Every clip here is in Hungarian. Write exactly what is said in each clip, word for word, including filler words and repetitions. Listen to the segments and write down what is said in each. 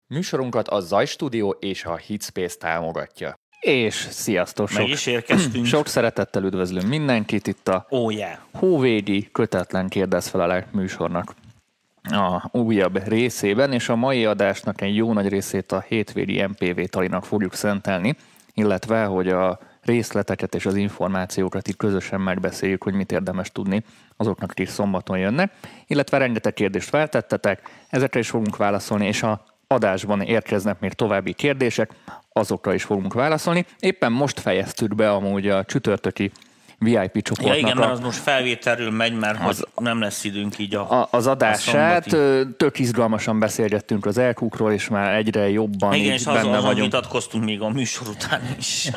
Műsorunkat a Zaj Studio és a Hitspace támogatja. És sziasztok! Meg is érkeztünk. Sok szeretettel üdvözlöm mindenkit itt a oh, yeah. hóvégi kötetlen kérdezfelelek műsornak a újabb részében, és a mai adásnak egy jó nagy részét a hétvégi em pé vé talinak fogjuk szentelni, illetve, hogy a részleteket és az információkat itt közösen megbeszéljük, hogy mit érdemes tudni azoknak, akik szombaton jönnek, illetve rengeteg kérdést feltettetek, ezekre is fogunk válaszolni, és a adásban érkeznek még további kérdések, azokra is fogunk válaszolni. Éppen most fejeztük be amúgy a csütörtöki vé i pé csoportnak. Ja igen, a, mert az most felvételről megy, mert az, nem lesz időnk így a, a, az adását. A tök izgalmasan beszélgettünk az elkúkról, és már egyre jobban igen, így és benne azon, vagyunk. azon vitatkoztunk még a műsor után is.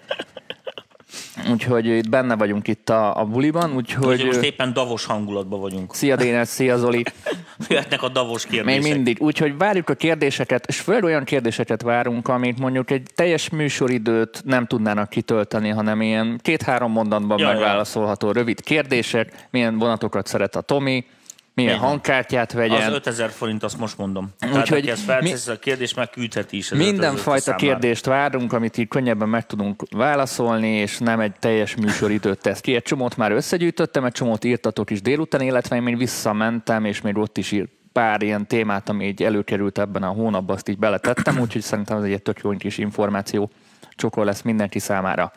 Úgyhogy itt benne vagyunk itt a, a buliban. Úgyhogy úgyhogy most éppen Davos hangulatban vagyunk. Szia Dénes, szia Zoli. Jöhetnek a Davos kérdések. Még mindig. Úgyhogy várjuk a kérdéseket, és főleg olyan kérdéseket várunk, amit mondjuk egy teljes műsoridőt nem tudnának kitölteni, hanem ilyen két-három mondatban ja, megválaszolható ja. rövid kérdések. Milyen vonatokat szeret a Tomi, milyen igen. hangkártyát vegyen. Az ötezer forint, azt most mondom. Tehát aki ezt feltesz a kérdést, meg küldheti is. Mindenfajta kérdést várunk, amit így könnyebben meg tudunk válaszolni, és nem egy teljes műsoridőt tesz ki. Egy csomót már összegyűjtöttem, egy csomót írtatok is délután, illetve én még visszamentem, és még ott is ír pár ilyen témát, ami így előkerült ebben a hónapban, azt így beletettem, úgyhogy szerintem ez egy tök jó kis információ csokor lesz mindenki számára.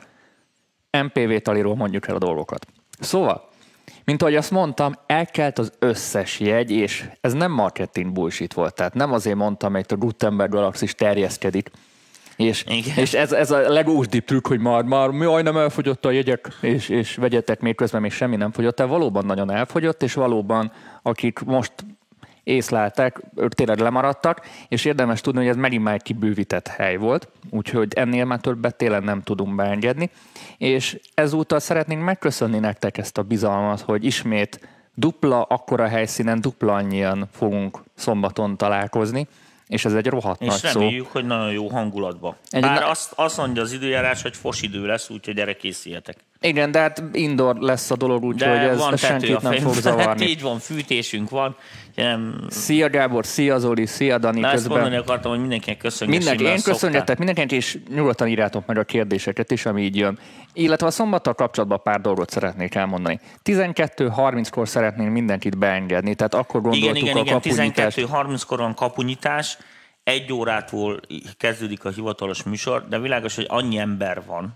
em pé vé taliról mondjuk el a dolgokat. Szóval, mint ahogy azt mondtam, elkelt az összes jegy, és ez nem marketing bullshit volt, tehát nem azért mondtam, hogy a Gutenberg galaxis terjeszkedik, és, és ez, ez a legósdibb trükk, hogy már, már majdnem elfogyott a jegyek, és, és vegyetek, még közben még semmi nem fogyott el, valóban nagyon elfogyott, és valóban akik most észleltek, ők tényleg lemaradtak, és érdemes tudni, hogy ez megint már egy kibővített hely volt, úgyhogy ennél már többet tényleg nem tudunk beengedni, és ezúttal szeretnénk megköszönni nektek ezt a bizalmat, hogy ismét dupla akkora helyszínen, dupla annyian fogunk szombaton találkozni, és ez egy rohadt és nagy szó. És reméljük, hogy nagyon jó hangulatban. Bár na- azt, azt mondja az időjárás, hogy fos idő lesz, úgyhogy erre készüljetek. Igen, de hát indoor lesz a dolog, úgyhogy ez, ez senkit nem fog zavarni. Így van, fűtésünk van. Nem... Szia Gábor, szia Zoli, szia Dani. Na, közben. Ezt mondani akartam, hogy mindenkinek köszönjük. Mindenki, én köszönjetek mindenkinek, és nyugodtan írjátok meg a kérdéseket is, ami így jön. Illetve a szombattal kapcsolatban pár dolgot szeretnék elmondani. tizenkettő harminckor szeretnénk mindenkit beengedni, tehát akkor gondoltuk igen, igen, a igen, kapunyítást. tizenkettő harminckor van kapunyítás, egy órától kezdődik a hivatalos műsor, de világos, hogy annyi ember van,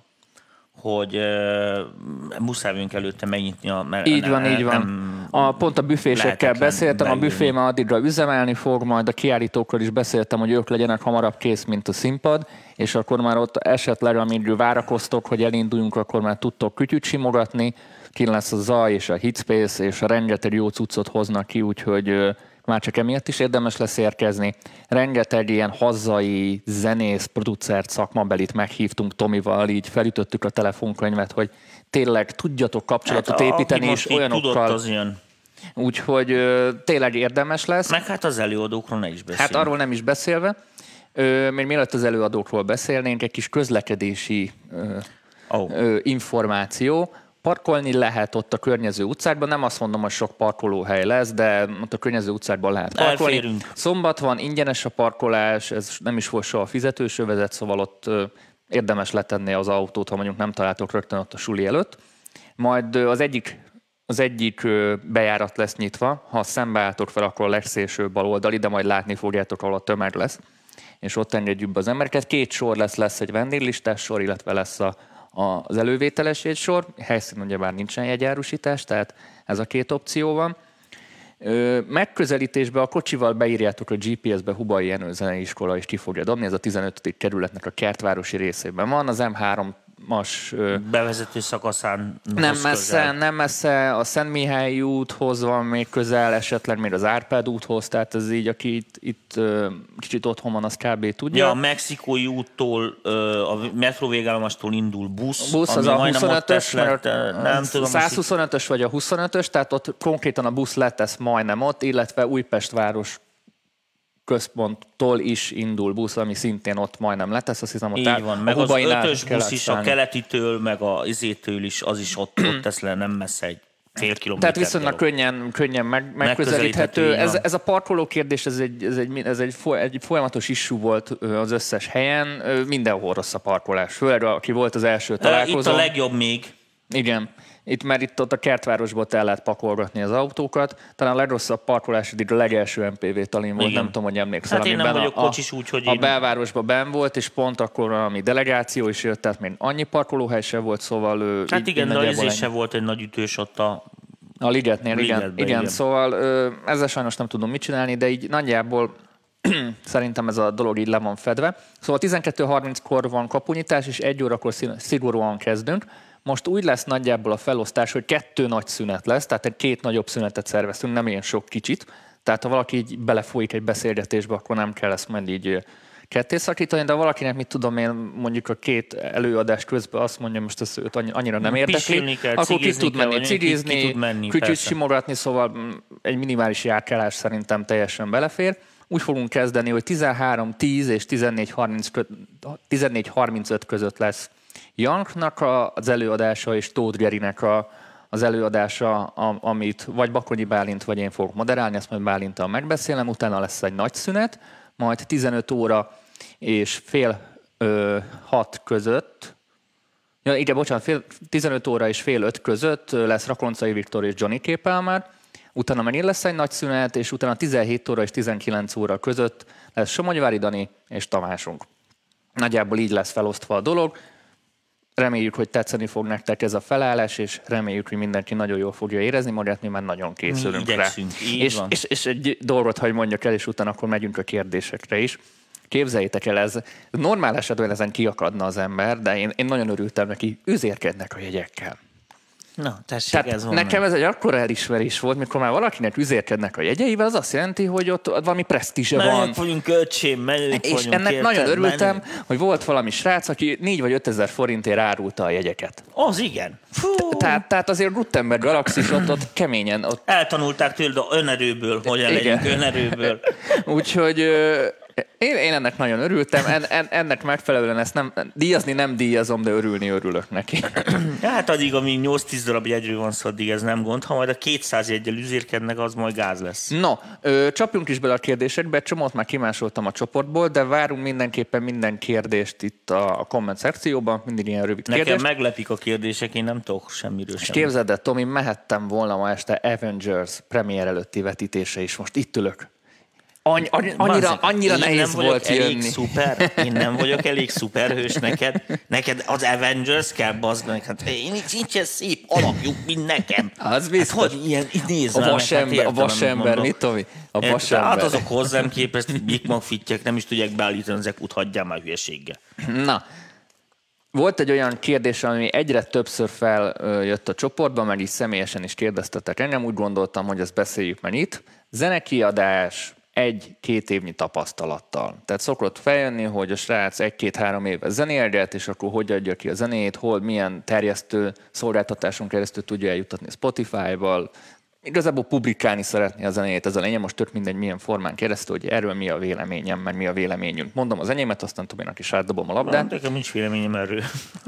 hogy uh, muszáj vagyunk előtte megnyitni a... Mert így ne, van, így van. A, pont a büfésekkel beszéltem, a büfé már addigra üzemelni fog, majd a kiállítókkal is beszéltem, hogy ők legyenek hamarabb kész, mint a színpad, és akkor már ott esetleg, amíg várakoztok, hogy elinduljunk, akkor már tudtok kütyüt simogatni, kint lesz a Zaj és a Hitspace, és a rengeteg jó cuccot hoznak ki, úgyhogy uh, már csak emiatt is érdemes lesz érkezni. Rengeteg ilyen hazai zenész, producert, szakmabelit meghívtunk Tomival, így felütöttük a telefonkönyvet, hogy tényleg tudjatok kapcsolatot hát, építeni, és olyanokkal. Az jön. Úgyhogy ö, tényleg érdemes lesz. Meg hát az előadókról ne is beszélünk. Hát arról nem is beszélve. Ö, még mielőtt az előadókról beszélnénk, egy kis közlekedési ö, oh. ö, információ. Parkolni lehet ott a környező utcákban, nem azt mondom, hogy sok parkolóhely lesz, de ott a környező utcákban lehet parkolni. Elférünk. Szombat van, ingyenes a parkolás, ez nem is volt soha fizetős övezet, szóval ott ö, érdemes letenni az autót, ha mondjuk nem találtok rögtön ott a suli előtt. Majd ö, az egyik, az egyik ö, bejárat lesz nyitva, ha szembeálltok fel, akkor a legszélsőbb baloldali, de majd látni fogjátok, ahol a tömeg lesz, és ott engedjük be az embereket. Két sor lesz, lesz egy vendéglistás sor, illetve lesz a az elővételes jegysor, helyszín ugyebár nincsen jegyárusítás, tehát ez a két opció van. Megközelítésbe a kocsival beírjátok a gé pé es-be Hubai Jenő Zenei Iskola, és ki fogja dobni, ez a tizenötödik kerületnek a kertvárosi részében van, az em hármas bevezető szakaszán nem messze, nem messze a Szentmihályi úthoz van még közel, esetleg még az Árpád úthoz, tehát ez így, aki itt, itt kicsit otthon van, az kb. Tudja. Ja, a Mexikói úttól, a metró végállomástól indul busz, busz az a huszonötös, lett, nem tudom, százhuszonötös vagy a huszonötös, tehát ott konkrétan a busz letesz majdnem ott, illetve Újpest város központtól is indul busz, ami szintén ott majdnem letesz, azt hiszem ott így van, meg az ötös busz is a keletitől, meg a izétől is, az is ott, ott tesz le, nem messze egy fél kilométer. Tehát viszonylag könnyen, könnyen meg, megközelíthető. Ez, ez a parkoló kérdés, ez egy, ez egy, ez egy, egy folyamatos issue volt az összes helyen. Mindenhol rossz a parkolás. Főleg aki volt az első találkozó. Itt a legjobb még. Igen. Itt, mert itt ott a kertvárosból el lehet pakolgatni az autókat. Talán a legrosszabb parkolás eddig a legelső em pé vé talin volt, igen. Nem tudom, hogy emlékszel. Hát én nem vagyok a, kocsis úgy, hogy a én... belvárosban benn volt, és pont akkor ami delegáció is jött, tehát még annyi parkolóhely se volt, szóval... Hát így, igen, de az se volt egy nagy ütős ott a... A Ligetnél, igen, igen, igen. Szóval ö, ezzel sajnos nem tudom mit csinálni, de így nagyjából szerintem ez a dolog így le van fedve. Szóval tizenkettő harminckor van kapunyitás, és egy órakor szigorúan kezdünk. Most úgy lesz nagyjából a felosztás, hogy kettő nagy szünet lesz, tehát egy két nagyobb szünetet szerveztünk, nem ilyen sok kicsit. Tehát ha valaki így belefolyik egy beszélgetésbe, akkor nem kell ezt majd így ketté szakítani, de valakinek, mit tudom én, mondjuk a két előadás közben azt mondja, most ez őt annyira nem érdekli, akkor ki tud menni cigizni, kicsit simogatni, szóval egy minimális járkálás szerintem teljesen belefér. Úgy fogunk kezdeni, hogy tizenhárom tíz és tizennégy harmincöt között lesz Janknak az előadása és Tóth Gerinek a, az előadása, amit vagy Bakonyi Bálint, vagy én fogok moderálni, ezt majd Bálinttal megbeszélem, utána lesz egy nagy szünet, majd tizenöt óra és fél ö, hat között, ja, igen, bocsánat, fél, tizenöt óra és fél öt között lesz Rakoncai Viktor és Johnny Képelmár, utána megint lesz egy nagy szünet, és utána tizenhét óra és tizenkilenc óra között lesz Somonyvári Dani és Tamásunk. Nagyjából így lesz felosztva a dolog. Reméljük, hogy tetszeni fog nektek ez a felállás, és reméljük, hogy mindenki nagyon jól fogja érezni magát, mi már nagyon készülünk rá. És, és, és egy dolgot, hogy mondjak el, és utána akkor megyünk a kérdésekre is. Képzeljétek el, ez normál esetben ezen kiakadna az ember, de én, én nagyon örültem neki, üzérkednek a jegyekkel. Na, tessék, Tehát ez nekem ez egy akkora elismerés volt, mikor már valakinek üzérkednek a jegyeivel, az azt jelenti, hogy ott valami presztízse van. Menők vagyunk, öcsém, menők és vagyunk, ennek érted, nagyon örültem, menők. Hogy volt valami srác, aki négy vagy ötezer forintért árulta a jegyeket. Az igen. Tehát, tehát azért Gutenberg Galaxis ott, ott keményen. Ott... Eltanulták tőled a önerőből, hogyan legyünk önerőből. Úgyhogy... Én, én ennek nagyon örültem, en, en, ennek megfelelően ezt nem díjazni nem díjazom, de örülni örülök neki. Hát addig, amíg nyolc-tíz darab jegyről van szó, addig ez nem gond. Ha majd a kétszáz jeggyel üzérkednek, az majd gáz lesz. No, ö, csapjunk is bele a kérdésekbe, egy csomót már kimásoltam a csoportból, de várunk mindenképpen minden kérdést itt a, a komment szekcióban, mindig ilyen rövid Nekem kérdés. Nekem meglepik a kérdések, én nem tudok semmiről sem. Képzeld el, Tomi, mehettem volna ma este Avengers premier előtti vetítése is, most itt ülök. Any, any, annyira annyira nehéz volt jönni. Szuper, én nem vagyok elég szuperhős neked. Neked az Avengers kell, bazd meg. Hát én nincs ez szép alakjuk, mint nekem. Az biztos. Hát, hogy ilyen, nézd a vasember, hát a vasember, mit Tomi? A vasember. Hát azok hozzám képest, Big Mac-fittyek nem is tudják beállítani, ezek út hagyjál már hülyeséggel. Na, volt egy olyan kérdés, ami egyre többször feljött a csoportban, meg így személyesen is kérdeztetek engem, úgy gondoltam, hogy ezt beszéljük meg itt. Zenekiadás egy-két évnyi tapasztalattal. Tehát szokott feljönni, hogy a srác egy-két-három éve zenélget, és akkor hogy adja ki a zenét, hol milyen terjesztő szolgáltatáson keresztül tudja eljutatni Spotify-val. Igazából publikálni szeretné a zenét, ez a lényeg, most tök mindegy milyen formán keresztül, hogy erről mi a véleményem, meg mi a véleményünk. Mondom az enyémet, aztán Tominak is átdobom a labdát. Nekem nincs véleményem erről.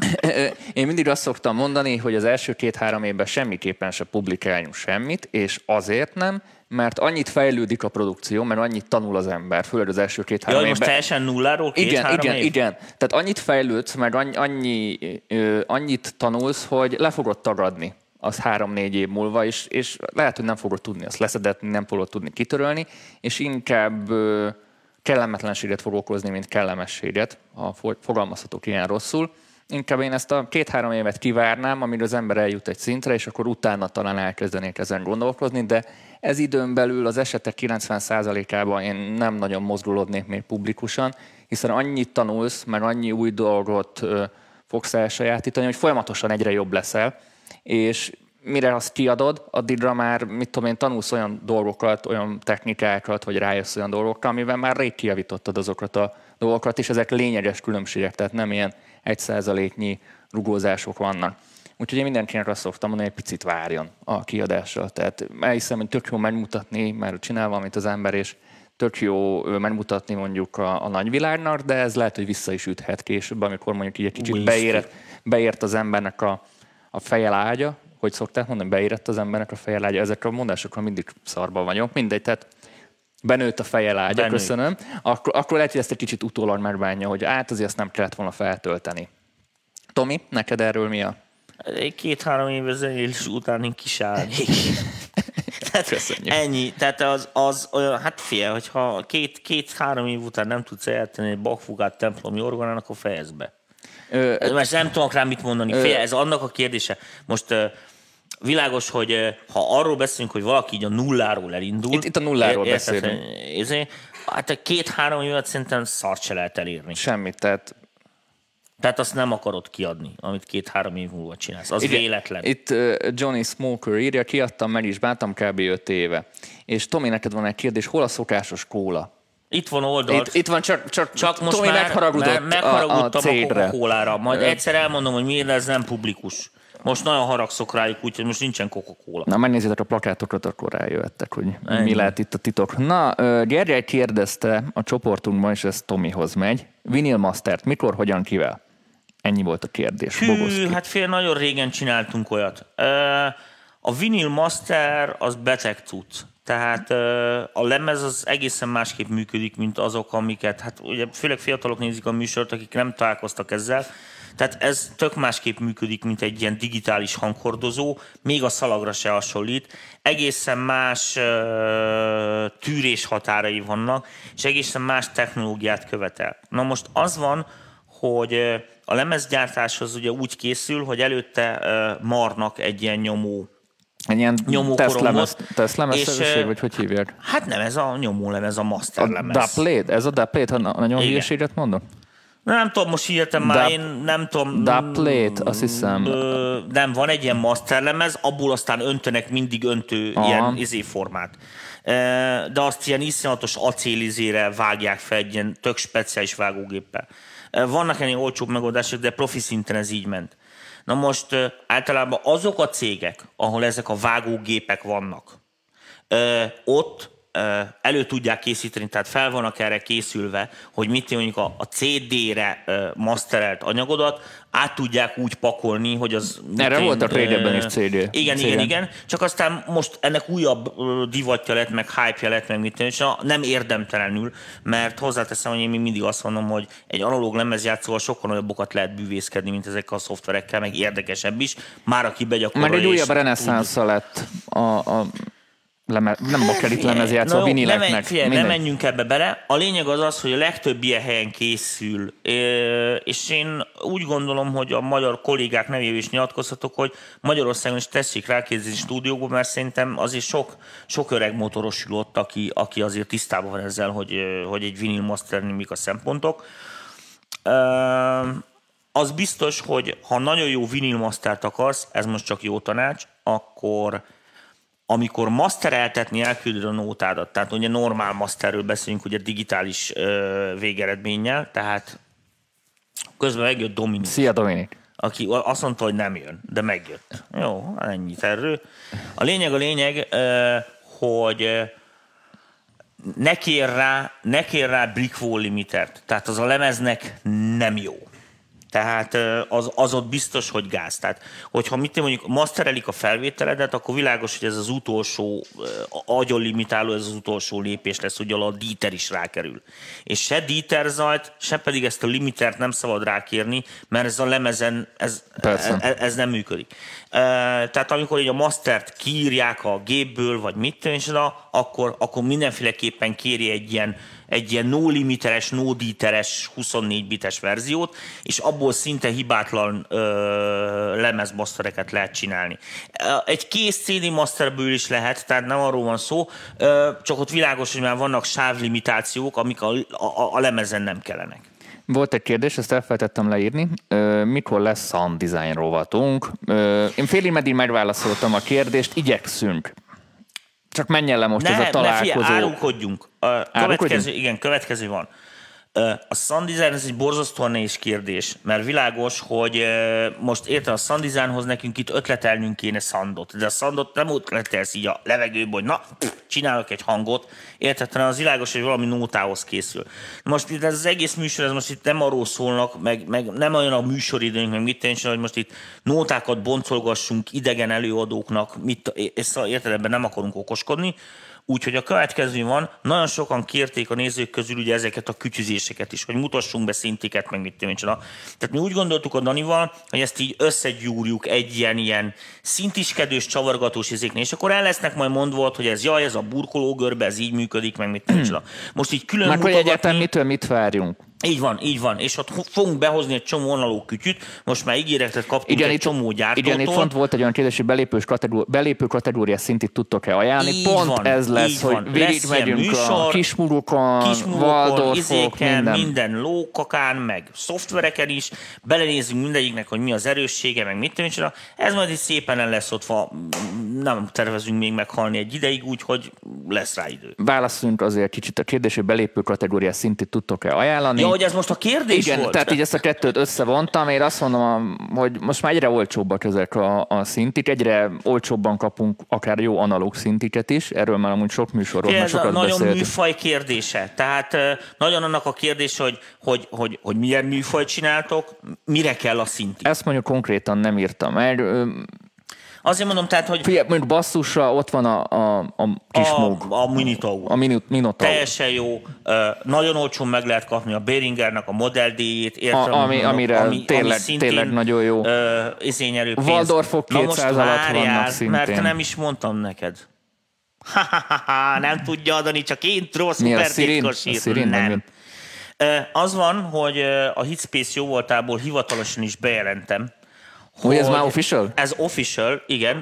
Én mindig azt szoktam mondani, hogy az első két-három évben semmiképpen se publikáljunk semmit, és azért nem, mert annyit fejlődik a produkció, mert annyit tanul az ember, főleg az első két-három Jaj, évben. most teljesen nulláról két-három igen, év? Igen, igen. Tehát annyit fejlődsz, meg annyi, annyi, ö, annyit tanulsz, hogy le fogod tagadni az három-négy év múlva, és, és lehet, hogy nem fogod tudni azt leszedetni, nem fogod tudni kitörölni, és inkább ö, kellemetlenséget fog okozni, mint kellemességet, ha fogalmazhatok ilyen rosszul. Inkább én ezt a két-három évet kivárnám, amíg az ember eljut egy szintre, és akkor utána talán elkezdenék ezen gondolkozni, de ez időn belül az esetek kilencven százalékában én nem nagyon mozgulódnék még publikusan, hiszen annyit tanulsz, meg annyi új dolgot ö, fogsz elsajátítani, hogy folyamatosan egyre jobb leszel, és mire azt kiadod, addigra már, mit tudom én, tanulsz olyan dolgokat, olyan technikákat, vagy rájössz olyan dolgokra, amivel már rég kijavítottad azokat a dolgokat, és ezek lényeges különbségek, tehát nem ilyen egy százaléknyi rugózások vannak. Úgyhogy én mindenkinek azt szoktam mondani, hogy egy picit várjon a kiadással. Tehát elhiszem, hogy tök jó megmutatni, mert csinál valamit az ember, és tök jó megmutatni mondjuk a, a nagyvilágnak, de ez lehet, hogy vissza is üthet később, amikor mondjuk így egy kicsit beért, beért az embernek a, a feje ágya, hogy szokták mondani, beérett az embernek a fejelágya. Ezekről a mondásokról mindig szarban vagyok. Mindegy, tehát benőtt a fejelágya, benőtt. Köszönöm. Akkor, akkor lehet, hogy ezt egy kicsit utólag megbánja, hogy át azért ezt nem kellett volna feltölteni. Tomi, neked erről mi a... Két-három éve zenélés után én kisállnék. Köszönjük. Ennyi. Tehát az, az olyan, hát fél, hogyha két, két-három év után nem tudsz eltenni egy Bach-fugát templomi orgonán, akkor fejezd be. Ö, Most nem tudok rá mit mondani. Ö, fél, ez annak a kérdése. Most uh, világos, hogy uh, ha arról beszélünk, hogy valaki így a nulláról elindul. Itt, itt a nulláról é, beszélünk. Ezért, hát két-három évet szerintem szart se lehet elérni. Semmit, tehát... Tehát azt nem akarod kiadni, amit két-három év múlva csinálsz. Az itt, véletlen. Itt uh, Johnny Smoker írja, kiadtam, meg is bántam kb. öt éve. És Tomi, neked van egy kérdés, hol a szokásos kóla? Itt van oldalt. Itt, itt van, csak, csak, csak most Tomi már megharagudott megharagudtam a, a, a Coca-Colára. Majd egyszer elmondom, hogy miért ez nem publikus. Most nagyon haragszok rájuk, úgyhogy most nincsen Coca-Cola. Na, megnézzétek a plakátokat, akkor rájöttek, hogy Ennyi. mi lehet itt a titok. Na, Gergely kérdezte a csoportunkban, és ez Tomihoz megy. Vinyl Mastert, mikor, hogyan, kivel? Ennyi volt a kérdés. Hű, Bogoszki. hát fél nagyon régen csináltunk olyat. A Vinyl Master az beteg cucc. Tehát a lemez az egészen másképp működik, mint azok, amiket, hát ugye főleg fiatalok nézik a műsort, akik nem találkoztak ezzel. Tehát ez tök másképp működik, mint egy ilyen digitális hanghordozó, még a szalagra se hasonlít. Egészen más uh, tűrés határai vannak, és egészen más technológiát követel. Na most az van, hogy a lemezgyártáshoz ugye úgy készül, hogy előtte uh, marnak egy ilyen nyomó egy ilyen tesztlemez, vagy hogy hívják? Hát nem, ez a nyomólemez, a masterlemez. A dubplate? Ez a dubplate, ha nagyon hülyeséget mondom? Nem tudom, most hihetem már, én nem tudom. Dubplate, azt hiszem. Ö, nem, van egy ilyen masterlemez, abból aztán öntenek mindig öntő Aha. ilyen izé formát. De azt ilyen iszonyatos acélizére vágják fel egy ilyen tök speciális vágógéppel. Vannak ennél olcsóbb megoldások, de profi szinten ez így ment. Na most általában azok a cégek, ahol ezek a vágógépek vannak, ott elő tudják készíteni, tehát fel vannak erre készülve, hogy mit mondjuk a, a cé dé-re masterelt anyagodat át tudják úgy pakolni, hogy az... Erre voltak régebben is cé dé. Igen, cé dé. igen, igen. Csak aztán most ennek újabb divatja lett, meg hype-ja lett, meg mit és nem érdemtelenül, mert hozzáteszem, hogy én még mindig azt mondom, hogy egy analóg lemezjátszóval sokkal nagyobbokat lehet bűvészkedni, mint ezekkel a szoftverekkel, meg érdekesebb is. Már aki begyakorol. Meg egy újabb reneszánsza lett a... a... Leme, nem bakelit lemezjátszó, a vinileknek. Ne, ne menjünk ebbe bele. A lényeg az az, hogy a legtöbb ilyen helyen készül. És én úgy gondolom, hogy a magyar kollégák nevével is nyilatkozhatok, hogy Magyarországon is tessék rákérdezni stúdiókban, mert szerintem azért sok, sok öreg motoros ül ott, aki, aki azért tisztában van ezzel, hogy, hogy egy vinyl masternél mik a szempontok. Az biztos, hogy ha nagyon jó vinyl mastert akarsz, ez most csak jó tanács, akkor amikor mastereltetni elküldöd a nótádat, tehát ugye normál masterről beszélünk, ugye digitális ö, végeredménnyel, tehát közben megjött Dominik. Szia, Dominik! Aki azt mondta, hogy nem jön, de megjött. Jó, ennyit erről. A lényeg a lényeg, ö, hogy ne kér rá, ne kér rá Brick Wall limitert, tehát az a lemeznek nem jó. Tehát az, az ott biztos, hogy gáz. Tehát, hogyha mit mondjuk masterelik a felvételedet, akkor világos, hogy ez az utolsó, agyon limitáló, ez az utolsó lépés lesz, hogy a díter is rákerül. És se díter zajt, se pedig ezt a limitert nem szabad rákérni, mert ez a lemezen, ez, ez, ez nem működik. Tehát amikor így a mastert kiírják a gépből, vagy mit tudom, akkor, akkor mindenféleképpen kéri egy ilyen egy ilyen no-limiteres, no-díteres huszonnégy bites verziót, és abból szinte hibátlan ö, lemezmastereket lehet csinálni. Egy kész cé dé masterből is lehet, tehát nem arról van szó, ö, csak ott világos, hogy már vannak sávlimitációk, amik a, a, a lemezen nem kellenek. Volt egy kérdés, ezt elfelejtettem leírni. Mikor lesz sound design rovatunk? Én félig meddig megválaszoltam a kérdést, igyekszünk. Csak menjen le most ne, ez a találkozó. Ne, figyelj, árulkodjunk. A következő, igen, következő van. A sound design ez egy borzasztóan nehéz kérdés, mert világos, hogy most érted, a sound designhoz nekünk itt ötletelnünk kéne soundot, de a soundot nem ötletelsz így a levegőben, hogy na, csinálok egy hangot, érted, hanem az világos, hogy valami nótához készül. Most itt ez az egész műsor, ez most itt nem arról szólnak, meg, meg nem olyan a műsoridőnk, meg mit tenni, hogy most itt nótákat boncolgassunk idegen előadóknak, mit, és érted, ebben nem akarunk okoskodni. Úgyhogy a következő van, nagyon sokan kérték a nézők közül ugye ezeket a kütyüzéseket is, hogy mutassunk be szintiket, meg mit tudom. Tehát mi úgy gondoltuk a Danival, hogy ezt így összegyúrjuk egy ilyen, ilyen szintiskedős, csavargatós izéknél, és akkor el lesznek majd mondva, hogy ez jaj, ez a burkológörbe, ez így működik, meg mit tudom. Most így külön Már mutogatni... hogy egyáltalán mitől mit várjunk? Így van, így van. És ott fogunk behozni egy csomó analóg kütyüt, most már ígéretet kaptunk igen, egy csomó gyártótól. Igen, itt font volt egy olyan kérdés, hogy belépős kategóri- belépő kategóriás szintit tudtok-e ajánlani. Így Pont van, ez lesz, hogy végigmegyünk a kismurukon, Waldorfok, minden. minden lókakán, meg szoftvereken is, belenézzünk mindegyiknek, hogy mi az erőssége, meg mit tudom. Ez majd itt szépen el lesz ott, nem tervezünk még meghalni egy ideig, úgyhogy lesz rá idő. Válaszoljunk azért kicsit a kérdés, hogy belépő kategóriás szintit tudtok-e ajánlani. Ja, hogy ez most a kérdés igen, volt? Tehát így ezt a kettőt összevontam, én azt mondom, hogy most már egyre olcsóbbak ezek a, a szintik, egyre olcsóbban kapunk akár jó analóg szintiket is, erről már amúgy sok műsorban már sokat nagyon beszéltünk. műfaj kérdése, tehát nagyon annak a kérdés, hogy, hogy, hogy, hogy milyen műfajt csináltok, mire kell a szint. Ezt mondjuk konkrétan nem írtam el. Azért mondom, tehát, hogy... Figyelj, mondjuk basszusra ott van a, a, a kis a, Moog. A Minotaur. A Minotaur. Teljesen jó. Nagyon olcsón meg lehet kapni a Behringernek a Model D-jét. Értem, a, ami, amire ami, tényleg, ami szintén, tényleg nagyon jó. Izényerő pénz. Waldorfok kétszáz alatt vannak szintén. Mert nem is mondtam neked. Ha-ha-ha, nem tudja adni, csak én tudom, Mi a szuper Sirin? Nem. Az van, hogy a Hitspace jó voltából hivatalosan is bejelentem, hogy ez már official? Ez official, igen.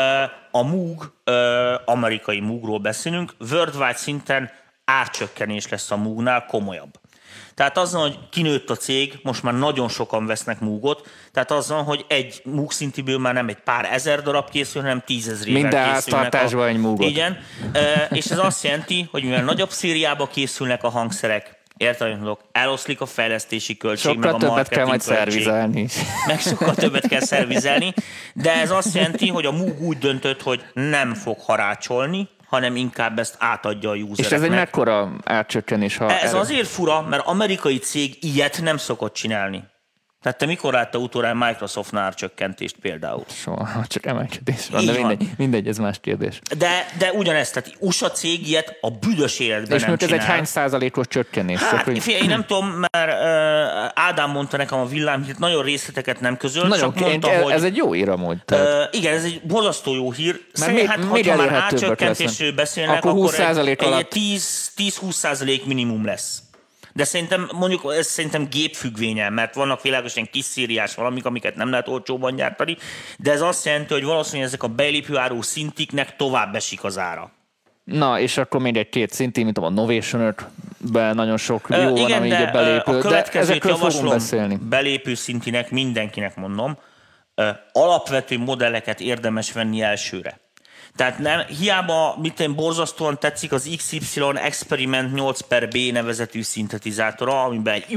A Moog, amerikai Moogról beszélünk, worldwide szinten árcsökkenés lesz a Moognál, komolyabb. Tehát azon, hogy kinőtt a cég, most már nagyon sokan vesznek Moogot, tehát azon, hogy egy Moog szintiből már nem egy pár ezer darab készül, hanem tízezrével minden készülnek. Minden háztartásban egy Moogot. Igen, és ez azt jelenti, hogy mivel nagyobb szériába készülnek a hangszerek, érted, eloszlik a fejlesztési költség, sokkal meg a többet kell majd költség, szervizelni. Meg sokkal többet kell szervizelni, de ez azt jelenti, hogy a Moog úgy döntött, hogy nem fog harácsolni, hanem inkább ezt átadja a usereknek. És ez egy mekkora átcsökkenés? Ha ez erre... azért fura, mert amerikai cég ilyet nem szokott csinálni. Tehát te mikor látta utoljára Microsoftnál árcsökkentést például? Soha, csak emelkedés van, de mindegy, mindegy, ez más kérdés. De, de ugyanezt, tehát u es á cég ilyet a büdös életben és nem csinál. És ez egy hány százalékos csökkenés? Hát, hogy... figyelj, én nem tudom, mert uh, Ádám mondta nekem a villámhírt, nagyon részleteket nem közölt, nagyon csak mondta, ez, hogy... Ez egy jó hír amúgy. Tehát... Uh, igen, ez egy borzasztó jó hír. Szerint, hát, hogyha már átcsökkentésről beszélnek, akkor, akkor húsz százalék egy, alatt... egy tíz-húsz százalék minimum lesz. De szerintem mondjuk ez szerintem gépfüggvénye, mert vannak világosan kis szériás valamik, amiket nem lehet olcsóban gyártani, de ez azt jelenti, hogy valószínűleg ezek a belépő áru szintiknek tovább esik az ára. Na, és akkor még egy-két szinti, mint a Novation ötben nagyon sok jó Ö, van, igen, ami de így belépő, a de ezekről fogunk beszélni. Belépő szintinek mindenkinek mondom, alapvető modelleket érdemes venni elsőre. Tehát nem, hiába, mit én borzasztóan tetszik az iksz ipszilon Experiment nyolc per B nevezetű szintetizátora, amiben egy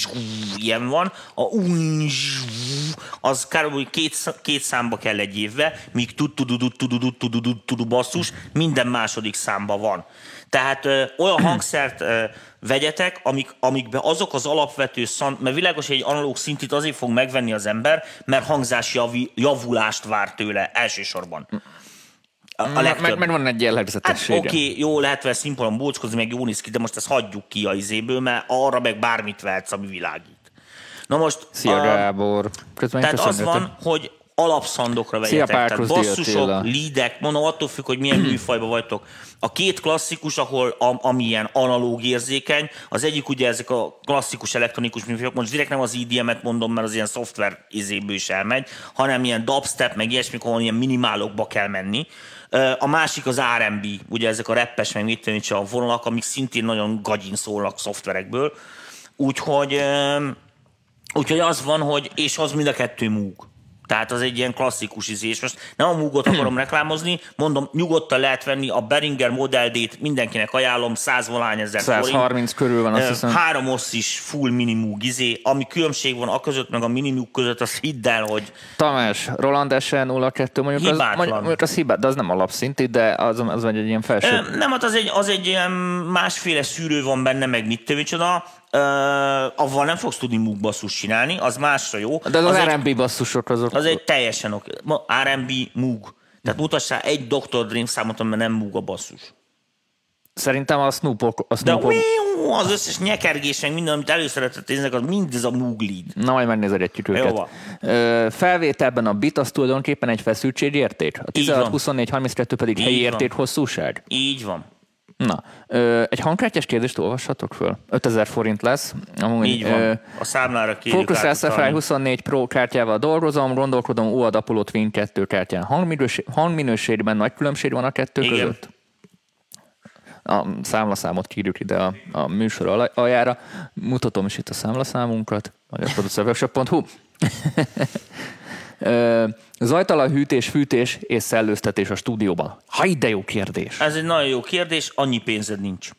ilyen van, a az kb. Két, két számba kell egy évbe, míg tudu basszus minden második számba van. Tehát ö, olyan hangszert ö, vegyetek, amik, amikben azok az alapvető szant, mert világos, hogy egy analóg szintit azért fog megvenni az ember, mert hangzás javi, javulást vár tőle elsősorban. A, a mert, mert van egy jellegzetessége. Hát, Oké, okay, jó, lehet vele színpadon bócskozni, meg jó néz ki, de most ezt hagyjuk ki a izéből, mert arra meg bármit vehetsz, ami világít. Na most... Szia, Gábor. Közben tehát az van, hogy alapszandokra vegyetek. Tehát basszusok, leadek, mondom, attól függ, hogy milyen műfajban vagytok. A két klasszikus, ahol a, amilyen analóg érzékeny, az egyik ugye ezek a klasszikus elektronikus műfajok, most direkt nem az í dé em-et mondom, mert az ilyen szoftver izéből is elmegy, hanem ilyen dubstep, meg ilyesmik, ahol ilyen minimálokba kell menni. A másik az er and bé, ugye ezek a rappes, meg mit tenni, a vonalak, amik szintén nagyon gagyin szólnak szoftverekből. Úgyhogy, úgyhogy az van, hogy, és az mind a kettő Moog. Tehát az egy ilyen klasszikus izés. Most nem a Moogot akarom reklámozni, mondom, nyugodtan lehet venni a Behringer Model D-t, mindenkinek ajánlom, száz-valahány ezer forint. száz harminc körül van, azt hiszem. Három oszis full mini Moog izé, ami különbség van a között, meg a mini Moog között, az hidd el, hogy... Tamás, Roland S nulla kettő, mondjuk az, mondjuk az hibát, de az nem alapszinti, de az, az egy ilyen felső. Nem, hát az egy, az egy ilyen másféle szűrő van benne, meg mit micsoda. Uh, avval nem fogsz tudni Moog basszus csinálni, az másra jó. De az, az, az er en bé basszusok azok. Az egy teljesen oké. er en bé Moog. Tehát mutassál egy doktor Dream számot, mert nem Moog a basszus. Szerintem a Snoop a Snoop De az összes nyekergés, meg minden, amit előszeretett néznek, az mindez a Moog lead. Na, majd megnézedjük őket. Ö, felvételben a bit az tulajdonképpen egy feszültségérték. A tizenhat huszonnégy harminckettő pedig helyi érték hosszúság. Így van. Na, ö, egy hangkártyás kérdést olvashatok föl. ötezer forint lesz. Amúgy, így van. Ö, a számlára kérjük Focus es ef i huszonnégy Pro kártyával dolgozom, gondolkodom U A D Apollo Twin kettő kártyán. Hangminőség, hangminőségben nagy különbség van a kettő Igen. között? A számlaszámot kírjuk ide a, a műsor aljára. Mutatom is itt a számlaszámunkat. magyar producer workshop pont hu Zajtalan hűtés, fűtés és szellőztetés a stúdióban. Ha de jó kérdés. Ez egy nagyon jó kérdés, annyi pénzed nincs.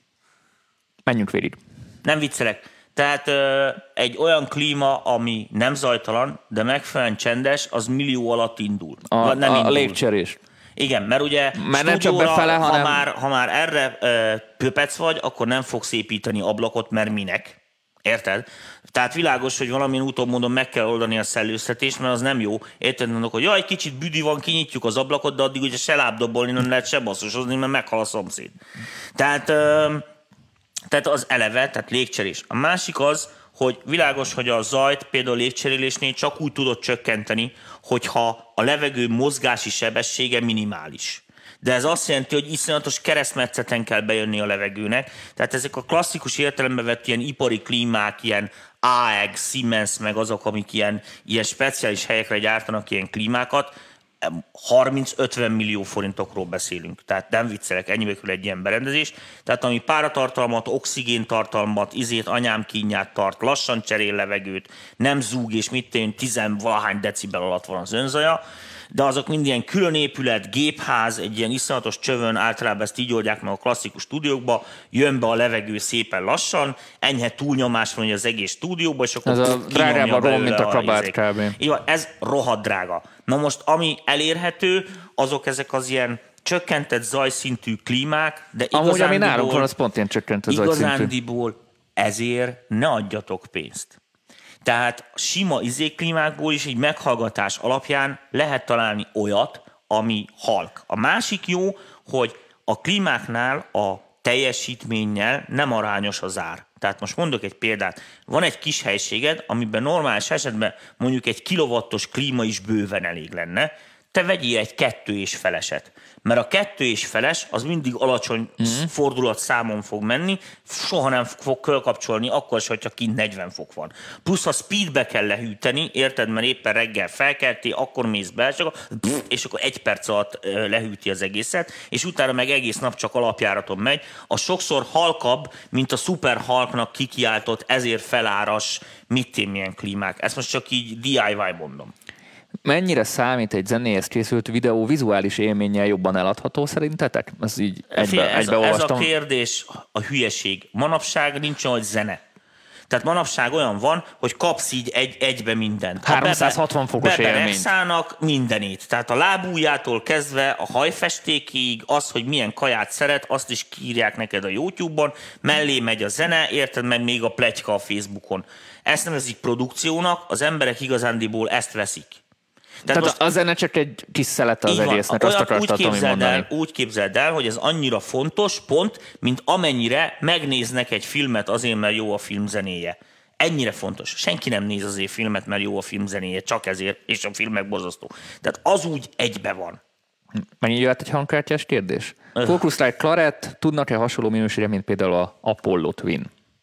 Menjünk végig. Nem viccelek. Tehát ö, egy olyan klíma, ami nem zajtalan, de megfelelően csendes, az millió alatt indul. A, nem a, indul. a légcserés. Igen, mert ugye mert nem csak befele, ha, hanem... már, ha már erre ö, pöpec vagy, akkor nem fogsz építeni ablakot, mert minek. Érted? Tehát világos, hogy valamilyen úton módon meg kell oldani a szellőztetést, mert az nem jó. Érted? Mondok, hogy jaj, kicsit büdi van, kinyitjuk az ablakot, de addig ugye se lábdobolni nem lehet, se basszusozni, mert meghal a szomszéd. Tehát, ö, tehát az eleve, tehát légcserés. A másik az, hogy világos, hogy a zajt például a légcserélésnél csak úgy tudod csökkenteni, hogyha a levegő mozgási sebessége minimális. De ez azt jelenti, hogy iszonyatos keresztmetszeten kell bejönni a levegőnek. Tehát ezek a klasszikus értelembe vett ilyen ipari klímák, ilyen á e gé, Siemens, meg azok, amik ilyen, ilyen speciális helyekre gyártanak ilyen klímákat, harminc-ötven millió forintokról beszélünk. Tehát nem viccelek, ennyibe kerül egy ilyen berendezés. Tehát ami páratartalmat, oxigéntartalmat, izét, anyám kínját tart, lassan cserél levegőt, nem zúg, és mit tényleg tizenvalahány decibel alatt van az önzaja, de azok mind ilyen külön épület, gépház, egy ilyen iszonyatos csövön, általában ezt így oldják meg a klasszikus stúdiókba, jön be a levegő szépen lassan, enyhe túlnyomás van az egész stúdióban, és akkor ez a drágább a mint a kabát kb. Igen, ez rohadt drága. Na most, ami elérhető, azok ezek az ilyen csökkentett zajszintű klímák, de amúgy, ami nálunk van, az pont ilyen csökkentett zajszintű. Igazándiból ezért ne adjatok pénzt. Tehát sima izéklímákból is egy meghallgatás alapján lehet találni olyat, ami halk. A másik jó, hogy a klímáknál a teljesítménnyel nem arányos az ár. Tehát most mondok egy példát. Van egy kis helységed, amiben normális esetben mondjuk egy kilowattos klíma is bőven elég lenne, te vegyél egy kettő és feleset. Mert a kettő és feles az mindig alacsony mm-hmm. fordulat számon fog menni, soha nem fog kölkapcsolni, akkor is, hogyha kint negyven fok van. Plusz ha speedbe kell lehűteni, érted, mert éppen reggel felkeltél, akkor mész be, és akkor egy perc alatt lehűti az egészet, és utána meg egész nap csak alapjáraton megy. A sokszor halkabb, mint a Super Hulknak kikiáltott, ezért feláras, mit én milyen klímák. Ezt most csak így dé i vaj mondom. Mennyire számít egy zenéhez készült videó vizuális élménnyel jobban eladható szerintetek? Ez így egybe, ez, egybe a, olvastam. Ez a kérdés a hülyeség. Manapság nincs olyan, hogy zene. Tehát manapság olyan van, hogy kapsz így egy, egybe mindent. háromszázhatvan fokos élményt. Beberexának mindenét. Tehát a lábujjától kezdve a hajfestékig, az, hogy milyen kaját szeret, azt is kiírják neked a YouTube-on, mellé megy a zene, érted, meg még a pletyka a Facebookon. Ezt nevezik produkciónak, az emberek igazándiból ezt veszik. Tehát, Tehát a zene csak egy kis szelete az egésznek, azt akartatom mondani. El, úgy képzeld el, hogy ez annyira fontos pont, mint amennyire megnéznek egy filmet azért, mert jó a filmzenéje. Ennyire fontos. Senki nem néz azért filmet, mert jó a filmzenéje, csak ezért, és a film meg borzasztó. Tehát az úgy egybe van. Mennyi jöhet egy hangkártyás kérdés? Öh. Focusrite Claret tudnak-e hasonló minőségre, mint például a Apollo Twin?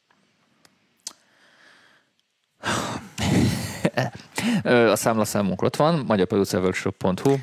A számlaszámunk ott van, magyar producer workshop pont hu.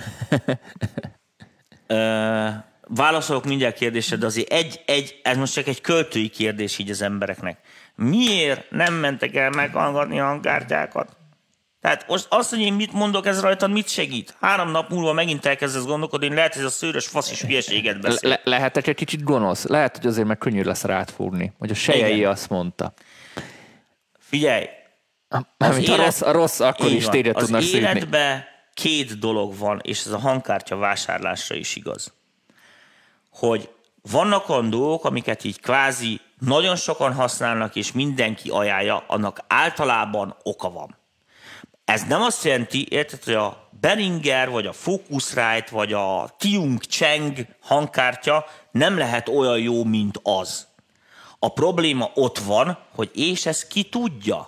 Válaszolok mindjárt kérdésre, de azért egy, egy, ez most csak egy költői kérdés így az embereknek. Miért nem mentek el meghallgatni a hangkártyákat? Tehát most azt, hogy én mit mondok, ez rajtad mit segít? Három nap múlva megint elkezdesz gondolkodni, lehet, hogy ez a szőrös faszis hülyeséget beszél. Le- lehetek egy kicsit gonosz? Lehet, hogy azért meg könnyű lesz rátfúrni. Hogy a Sejei azt mondta. Figyelj! Az élet, a, rossz, a rossz akkor is téged tudnak szívni. Az életben két dolog van, és ez a hangkártya vásárlásra is igaz. Hogy vannak olyan dolgok, amiket így kvázi nagyon sokan használnak, és mindenki ajánlja, annak általában oka van. Ez nem azt jelenti, érted, hogy a Behringer, vagy a Focusrite, vagy a Tiung Cheng hangkártya nem lehet olyan jó, mint az. A probléma ott van, hogy és ezt ki tudja.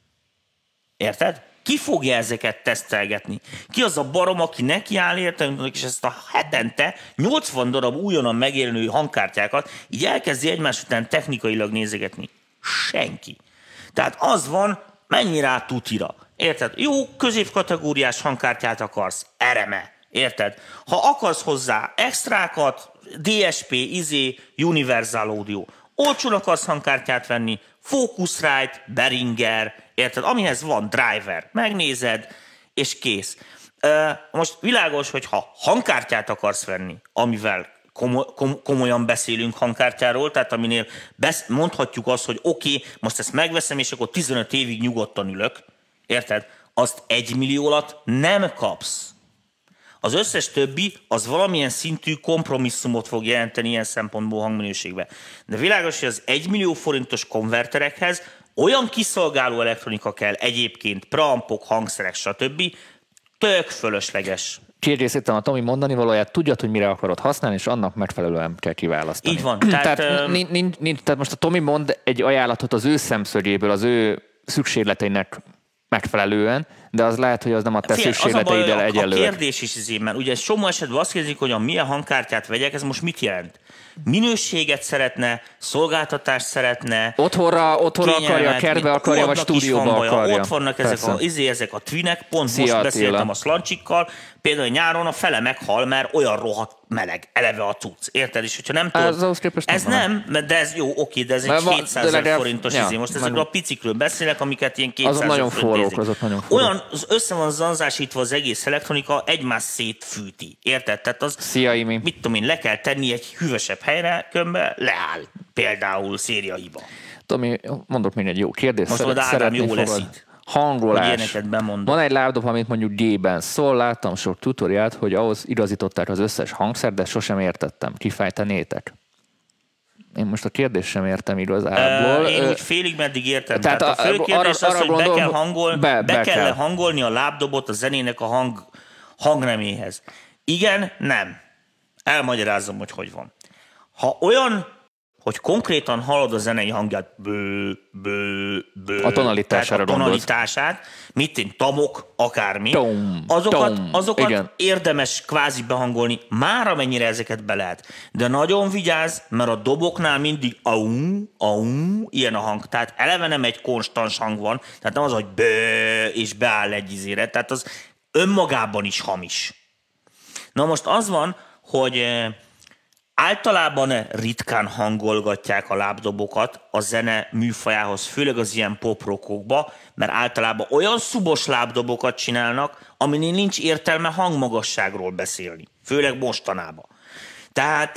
Érted? Ki fogja ezeket tesztelgetni? Ki az a barom, aki nekiáll, érted, és ezt a hetente nyolcvan darab újonnan megjelenő hangkártyákat így elkezdi egymás után technikailag nézegetni? Senki. Tehát az van, mennyi rá tutira. Érted? Jó középkategóriás hangkártyát akarsz, ereme. Érted? Ha akarsz hozzá extrákat, dé es pé, izé, Universal Audio, olcsón akarsz hangkártyát venni, Focusrite, Behringer, érted? Amihez van driver, megnézed, és kész. Most világos, hogy ha hangkártyát akarsz venni, amivel komoly, kom, komolyan beszélünk hangkártyáról, tehát aminél besz, mondhatjuk azt, hogy oké, okay, most ezt megveszem, és akkor tizenöt évig nyugodtan ülök, érted? Azt egy millió alatt nem kapsz. Az összes többi az valamilyen szintű kompromisszumot fog jelenteni ilyen szempontból hangminőségben. De világos, hogy az egymillió forintos konverterekhez olyan kiszolgáló elektronika kell egyébként, preampok, hangszerek, stb. Tök fölösleges. Kiegészítem a Tomi mondani valóját, tudjad, hogy mire akarod használni, és annak megfelelően kell kiválasztani. Így van. Tehát, tehát, nincs, nincs, nincs, tehát most a Tomi mond egy ajánlatot az ő szemszögéből, az ő szükségleteinek megfelelően, de az lehet, hogy az nem a te szükségleteiddel egyenlő. A kérdés is izé, mert ugye somó esetben azt kérdezik, hogy a milyen hangkártyát vegyek, ez most mit jelent? Minőséget szeretne, szolgáltatást szeretne, otthonra, otthonra akarja, kertbe akarja, vagy stúdióba akarja. Ott vannak ezek a, izé, ezek a twinek, pont Szia, most beszéltem Attila. a Slancsikkal, például nyáron a fele meghal, mert olyan rohadt meleg, eleve a cucc, érted? És hogyha nem tudod, ez nem, nem, de ez jó, oké, de ez egy kétszázezer forintos ja, izé. Most ezekről a picikről beszélek, amiket ilyen kétszázezer nagyon forrók, azok nagyon forrók. Olyan össze van zanzásítva az egész elektronika, egymás szétfűti, érted? Tehát az, Szia, Imi. mit tudom én, le kell tenni egy hűvösebb helyre, különben leáll. Például szériahiba. Tomi, mondok még egy jó kérdést. Most Szeret, Ádám jó lesz itt. Hangolás. Van egy lábdob, amit mondjuk G-ben szól, láttam sok tutoriát, hogy ahhoz igazították az összes hangszer, de sosem értettem. Kifejtenétek? Én most a kérdést sem értem igazából. Én úgy félig meddig értem. Tehát, Tehát a fő kérdés arra, az, arra hogy gondolom, be kell, hangol, be, be, be kell. kell hangolni a lábdobot a zenének a hang, hangneméhez. Igen, nem. Elmagyarázom, hogy hogy van. Ha olyan, hogy konkrétan hallod a zenei hangját, bő, bő, bő, a tonalitására a tonalitását, mit én, tamok, akármi, tom, azokat, tom, azokat érdemes kvázi behangolni, már amennyire ezeket be lehet. De nagyon vigyázz, mert a doboknál mindig aum, aum, ilyen a hang. Tehát eleve nem egy konstans hang van, tehát nem az, hogy bő, és beáll egy izére, tehát az önmagában is hamis. Na most az van, hogy általában ritkán hangolgatják a lábdobokat a zene műfajához, főleg az ilyen pop-rockokba, mert általában olyan szubos lábdobokat csinálnak, aminél nincs értelme hangmagasságról beszélni, főleg mostanában. Tehát,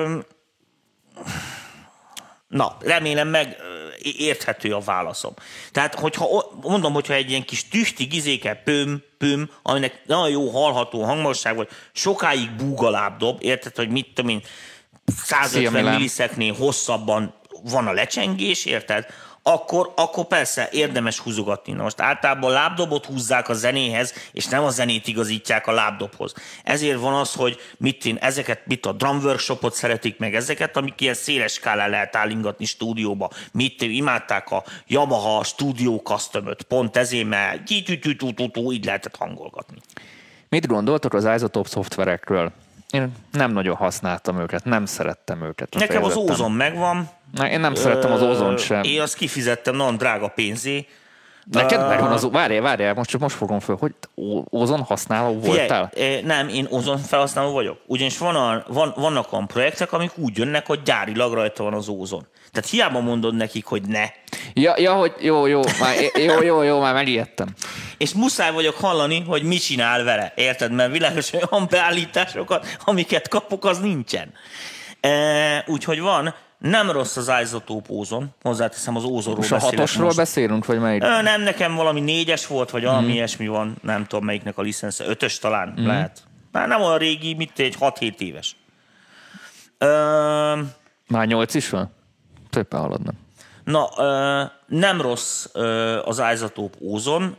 na, remélem meg érthető a válaszom. Tehát, hogyha, mondom, hogyha egy ilyen kis tühti gizéke, pöm, pöm, aminek nagyon jó hallható hangmagasság, vagy sokáig búg a lábdob, érted, hogy mit tudom én, százötven milliseknél hosszabban van a lecsengés, érted? Akkor, akkor persze érdemes húzogatni. Na most általában a lábdobot húzzák a zenéhez, és nem a zenét igazítják a lábdobhoz. Ezért van az, hogy mit én, ezeket, mit a drum workshopot szeretik meg, ezeket, amik ilyen széles skálán lehet állingatni stúdióba. Mit én, imádták a Yamaha Studio Custom-öt, pont ezért, mert így lehetett hangolgatni. Mit gondoltok az Isotope szoftverekről? Én nem nagyon használtam őket, nem szerettem őket. Nekem az Ozone megvan. Én nem szerettem az Ozone sem. Én azt kifizettem nagyon drága pénzé. Neked megvan az... Várjál, várjál, most csak most fogom föl, hogy Ozone használó voltál? Figyelj, nem, én Ozone felhasználó vagyok. Ugyanis van a, van, vannak olyan projektek, amik úgy jönnek, hogy gyárilag rajta van az Ozone. Tehát hiába mondod nekik, hogy ne. Ja, ja hogy jó, jó, már, jó, jó, jó, már megijedtem. és muszáj vagyok hallani, hogy mit csinál vele. Érted? Mert világos, hogy olyan beállításokat, amiket kapok, az nincsen. E, úgyhogy van, nem rossz az iZotope ózon, hozzáteszem az ózonról beszélek. És a hatosról most. Beszélünk, vagy melyik? E, nem, nekem valami négyes volt, vagy valami mm. ilyesmi van, nem tudom melyiknek a licensze, ötös talán mm. lehet. Már nem olyan régi, mit egy hat-hét éves. E, Már nyolc is van? Többen haladnak. Na, nem rossz az iZotope ózon,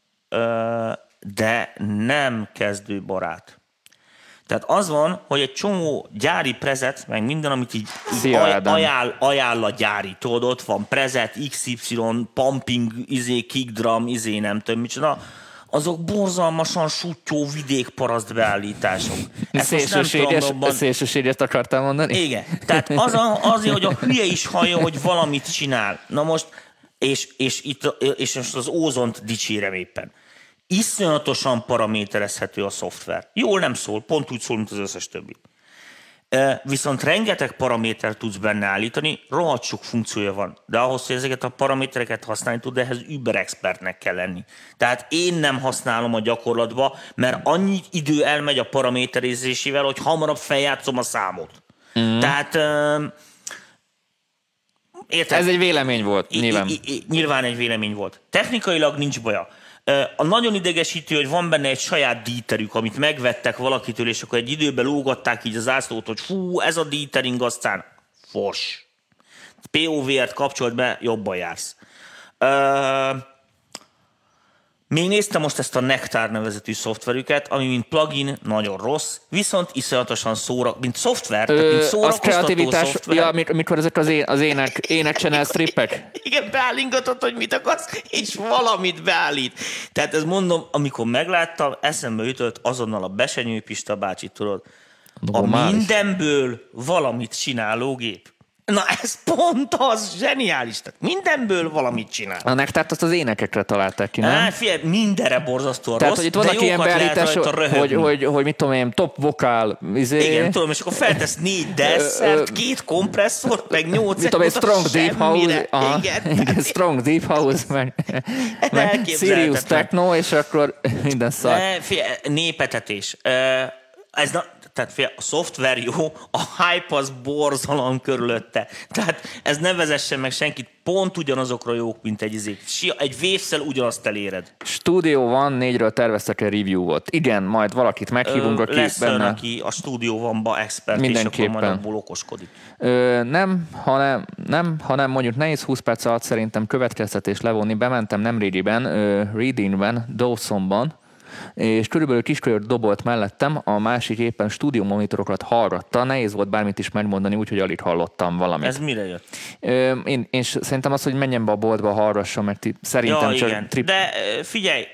de nem kezdőbarát. Tehát az van, hogy egy csomó gyári prezet, meg minden, amit így Szia, ajánl, ajánl a gyári, tudod, ott van prezet, iksz ipszilon, pumping, izé, kick drum, izé, nem tudom micsoda, azok borzalmasan sutyó vidékparaszt beállítások. Szélsőséget akartál mondani? Igen. Tehát az a, azért, hogy a hülye is hallja, hogy valamit csinál. Na most, és, és, itt, és most az ózont dicsérem éppen. Iszonyatosan paraméterezhető a szoftver. Jól nem szól, pont úgy szól, mint az összes többi. Viszont rengeteg paramétert tudsz benne állítani, rohadt sok funkciója van. De ahhoz, hogy ezeket a paramétereket használni tud, ehhez über expertnek kell lenni. Tehát én nem használom a gyakorlatba, mert annyi idő elmegy a paraméterizésével, hogy hamarabb feljátszom a számot. Mm. Tehát érted? Ez egy vélemény volt, nyilván. I- I- nyilván egy vélemény volt. Technikailag nincs baja. A nagyon idegesítő, hogy van benne egy saját díterük, amit megvettek valakitől, és akkor egy időben lógatták így az ászlót, hogy fú, ez a dítering, aztán fos. pé o vé-et kapcsolt be, jobban jársz. Uh, még néztem most ezt a Nectar nevezetű szoftverüket, ami mint plugin nagyon rossz, viszont iszonyatosan szóra, mint szoftver, Ö, tehát mint szórakoztató szoftver. Ja, mikor ezek az, én, az ének, ének channel strippek? Igen, beállingatott, hogy mit akarsz, és valamit beállít. Tehát ez mondom, amikor megláttam, eszembe jutott azonnal a Besenyő Pista bácsi, tudod, a mindenből valamit csináló gép. Na ez pont az, zseniális. Tehát mindenből valamit csinál. A Nektárt azt az énekekre találták ki, nem? Hát figyelj, mindenre borzasztóan Tehát, rossz, hogy itt vannak ilyen beállítás, hogy, hogy, hogy mit tudom én, top vokál, izé... Igen, tudom, és akkor feltesz négy desszert, két kompresszort, meg nyolc mit tudom én, Strong Deep House, aha, igen, igen, Strong Deep House, meg, meg Sirius Techno, és akkor minden szar. Ne, figyelj, népetetés. Ez na, tehát fél, a szoftver jó, a hype az borzalom körülötte. Tehát ez ne vezessen meg senkit, pont ugyanazokra jók, mint egy izék. Egy vészsel ugyanazt eléred. Stúdió van, négyről terveztek egy review-ot. Igen, majd valakit meghívunk, aki lesz benne... Lesz aki a Stúdió vanba expert, és akkor majd abból okoskodik. Ö, nem, hanem, nem, hanem mondjuk nehéz húsz perc alatt szerintem következtetés levonni. Bementem nemrégiben, uh, Readingben, Dawsonban, és körülbelül kiskörült dobolt mellettem, a másik éppen stúdió monitorokat hallgatta, nehéz volt bármit is megmondani, úgyhogy alig hallottam valamit. Ez mire jött? Ö, én, én szerintem az, hogy menjen be a boltba, hallgassam, mert szerintem ja, csak... Igen. Trip... De figyelj,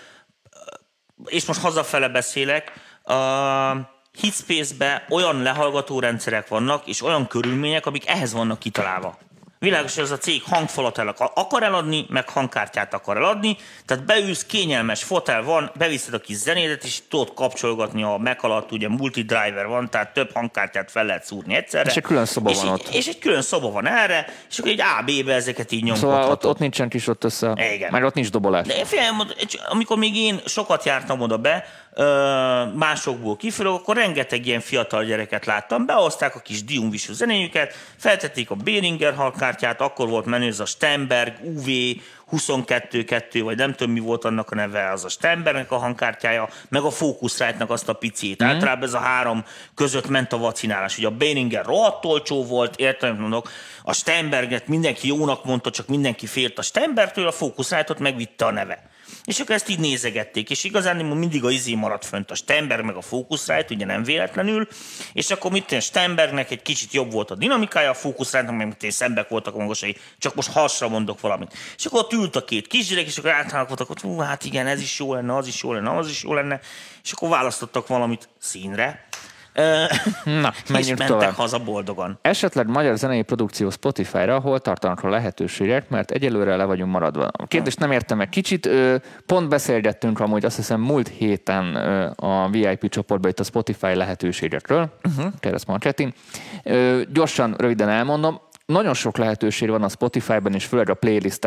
és most hazafele beszélek, a Hitspace-ben olyan lehallgató rendszerek vannak, és olyan körülmények, amik ehhez vannak kitalálva. Világos, hogy ez a cég hangfalat el akar eladni, meg hangkártyát akar eladni, tehát beülsz, kényelmes fotel van, beviszed a kis zenédet, és tudod kapcsolgatni a Mac alatt, ugye multi-driver van, tehát több hangkártyát fel lehet szúrni egyszerre. És egy külön szoba és van egy, ott. És egy külön szoba van erre, és akkor egy á bé-be ezeket így nyomkodhatod. Szóval ott, ott nincsen kis ott össze, igen. Meg ott nincs dobolás. De fél, amikor még én sokat jártam oda be, másokból kifelől, akkor rengeteg ilyen fiatal gyereket láttam, behozták a kis diumvisú zenéjüket, feltették a Behringer hangkártyát, akkor volt menő ez a Steinberg u vé huszonkettő kettő, vagy nem tudom mi volt annak a neve, az a Steinbergnek a hangkártyája, meg a Focusrite-nak azt a picit. Mm. Általában ez a három között ment a vacinálás. Ugye a Behringer rohadt olcsó volt, értem, mondok, a Steinberget mindenki jónak mondta, csak mindenki félt a Steinbergtől, a Focusrite-ot megvitte a neve. És akkor ezt így nézegették, és igazán mindig a izé maradt fönt, a Steinberg meg a Focusrite, ugye nem véletlenül, és akkor mit tenni, Steinbergnek egy kicsit jobb volt a dinamikája, a Focusrite-nak meg mit szembe voltak a magasai, csak most hasra mondok valamit. És akkor ott ült a két kisgyerek, és akkor általában voltak, hogy hú, hát igen, ez is jó lenne, az is jó lenne, az is jó lenne, és akkor választottak valamit színre. Na, és mentek tovább. Haza boldogan. Esetleg magyar zenei produkció Spotify-ra, hol tartanak a lehetőségek, mert egyelőre le vagyunk maradva. A kérdést nem értem meg kicsit. Pont beszélgettünk amúgy azt hiszem múlt héten a vé i pé csoportban itt a Spotify lehetőségekről. Uh-huh. Kereszt marketing. Gyorsan, röviden elmondom. Nagyon sok lehetőség van a Spotify-ban, és főleg a playlistek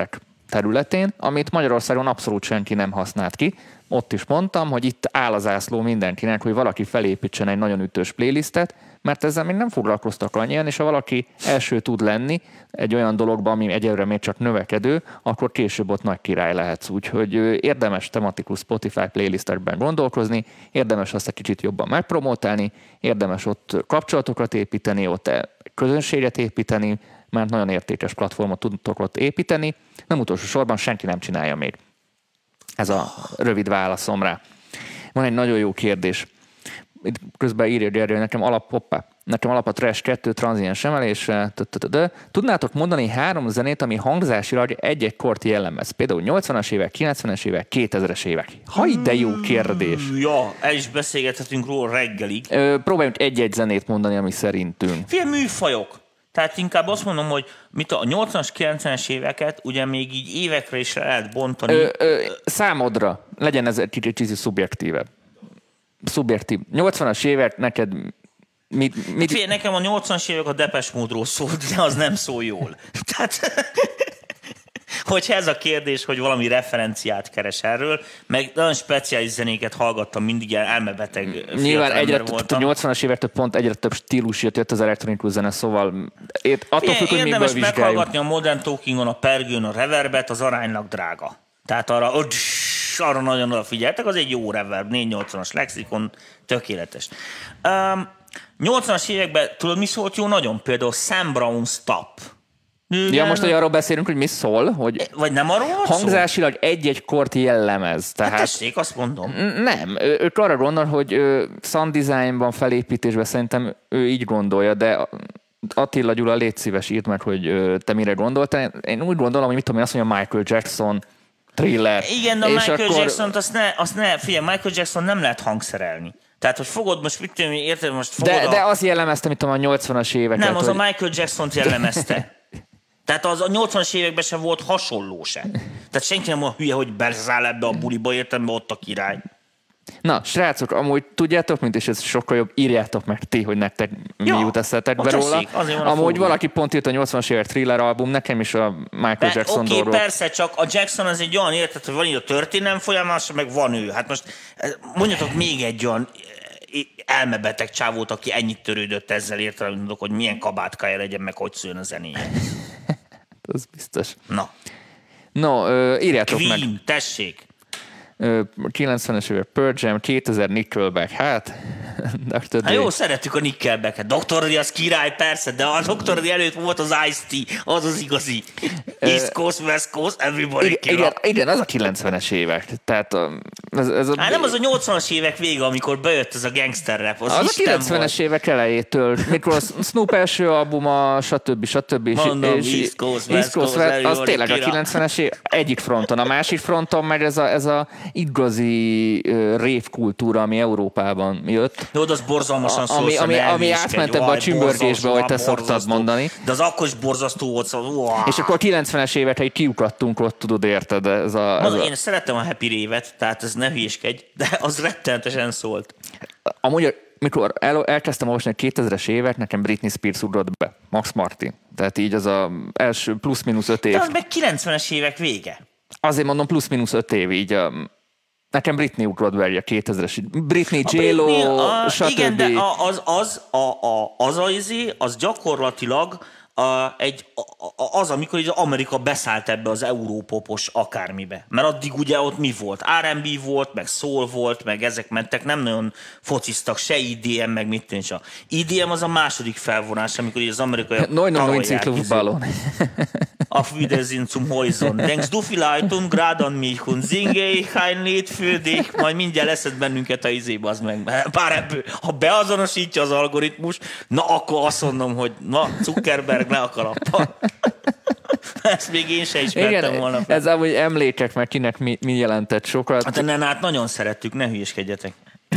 területén, amit Magyarországon abszolút senki nem használt ki. Ott is mondtam, hogy itt áll az zászló mindenkinek, hogy valaki felépítsen egy nagyon ütős playlistet, mert ezzel még nem foglalkoztak annyian, és ha valaki első tud lenni egy olyan dologban, ami egyelőre még csak növekedő, akkor később ott nagy király lehetsz. Úgyhogy érdemes tematikus Spotify playlistekben gondolkozni, érdemes azt egy kicsit jobban megpromotálni, érdemes ott kapcsolatokat építeni, ott közönséget építeni, mert nagyon értékes platformot tudtok ott építeni. Nem utolsó sorban senki nem csinálja még. Ez a rövid válaszom rá. Van egy nagyon jó kérdés. Itt közben írja Gergely, hogy nekem alap, hoppá, nekem alap a Trash kettő tranziens emelésre. Tudnátok mondani három zenét, ami hangzásilag egy-egy kort jellemez? Például nyolcvanas évek, kilencvenes évek, kétezres évek. Haj, de jó kérdés. Ja, el is beszélgethetünk róla reggelig. Ö, próbáljunk egy-egy zenét mondani, ami szerintünk. Fél műfajok. Tehát inkább azt mondom, hogy mit a nyolcvanas, kilencvenes éveket ugye még így évekre is lehet bontani. Ö, ö, számodra legyen ez egy kicsit szubjektívebb. Szubjektív. nyolcvanas évek neked mit... mit... Fél, nekem a nyolcvanas évek a Depeche Mode-ról szólt, de az nem szól jól. Tehát... Hogyha ez a kérdés, hogy valami referenciát keres erről, meg nagyon speciális zenéket hallgattam, mindig ilyen elmebeteg nyilván egyre a nyolcvanas évektől pont egyre több stílus jött az elektronikus zene, szóval ét, attól függ, hogy miből vizsgáljuk. Meghallgatni a Modern Talkingon, a Pergőn, a reverbet, az aránylag drága. Tehát arra, arra nagyon odafigyeltek, az egy jó reverb, négy nyolcvanas lexikon, tökéletes. Um, nyolcvanas években tudod, mi szólt jó nagyon? Például Sam Brown Stop. Igen. Ja, most, hogy arról beszélünk, hogy mi szól, hogy vagy nem arról hangzásilag szól? Egy-egy kort jellemez. Tehát hát tessék, azt mondom. Nem, ők arra gondol, hogy sound designban, felépítésben szerintem ő így gondolja, de Attila Gyula, légy szíves, írd meg, hogy te mire gondoltál. Én úgy gondolom, hogy mit tudom én, azt mondja Michael Jackson, Thriller. Igen, de Michael akkor... Jackson-t azt ne, azt ne, figyelj, Michael Jackson nem lehet hangszerelni. Tehát, hogy fogod most, mit tudom, érted, most fogod de, a... de az jellemezte, mit tudom, a nyolcvanas éveket. Nem, az hogy... a Michael Jackson-t jellemezte. Tehát az a nyolcvanas években sem volt hasonló se. Tehát senki nem olyan hülye, hogy beszáll ebbe a buliba, értem, be ott a király. Na, srácok, amúgy tudjátok, mint és ez sokkal jobb, írjátok meg ti, hogy nektek ja, mi jut eszetekbe róla. Amúgy valaki pont írt a nyolcvanas évek Thriller album, nekem is a Michael de, Jackson Oké, okay, persze, csak a Jackson az egy olyan érted, hogy van így a történelem folyamás, meg van ő. Hát most mondjatok még egy olyan elmebeteg csávót, aki ennyit törődött ezzel, értelem, mondok, hogy milyen kabátkája legyen, meg hogy szőn a zenéje. Az biztos. Na. No, uh, írjátok Queen, meg. Queen, tessék. Uh, kilencvenes évek Pearl Jam, kétezer Nickelback, hát... doktor Hát jó, szeretjük a Nickelbacket. doktor Dre az király, persze, de a doktor Dre előtt volt az Ice-T, az az igazi. East Coast, West Coast, everybody igen, igen, igen, az a kilencvenes évek. Tehát ez, ez a... Hát nem az a nyolcvanas évek vége, amikor bejött ez a gangster rap. Az, az a kilencvenes volt. Évek elejétől, mikor a Snoop első albuma, stb. stb. Mondom, és East Coast, West Coast, Coast az tényleg a kilencvenes év egyik fronton. A másik fronton meg ez a, ez a igazi uh, révkultúra, ami Európában jött. Jó, de az borzalmasan szól, ami, ami, ami átment ebbe a csümbörgésbe, ahogy te szoktad mondani. De az akkor is borzasztó volt. Szóval, és akkor kilencvenes évek, hogy kiukadtunk ott, tudod, érted? Ez a, ez Mondom, a... Én szerettem a Happy Rave-et, tehát ez ne hülyéskedj, de az rettenetesen szólt. Amúgy, mikor el, elkezdtem olvasni a kétezres évek, nekem Britney Spears ugrott be, Max Martin. Tehát így az a első plusz-minusz öt év. De az meg kilencvenes évek vége. Azért mondom plusz-minusz öt év, így a... Nekem Britney ugrott be a kétezres. Britney, J-Lo, stb. Igen, de az, az, a, a, az, az, az gyakorlatilag a, egy, a, az, amikor az Amerika beszállt ebbe az európopos akármibe. Mert addig ugye ott mi volt? er end bé volt, meg soul volt, meg ezek mentek, nem nagyon fociztak, se i dé em, meg mit tűncs. i dé em az a második felvonás, amikor az amerikaiak tarolják. Auf Wiedersehen zum Häusern. Denkst du vielleicht und grad an mich und singe ich ein Lied für dich, majd mindjárt leszed bennünket a izébe, az meg. Bár ebből, ha beazonosítja az algoritmus, na akkor azt mondom, hogy na, Zuckerberg, le a kalappal. Ezt még én se ismertem igen, volna. Ez amúgy emlékek, mert kinek mi, mi jelentett sokat. Hát a Nenát nagyon szerettük, ne hülyéskedjetek.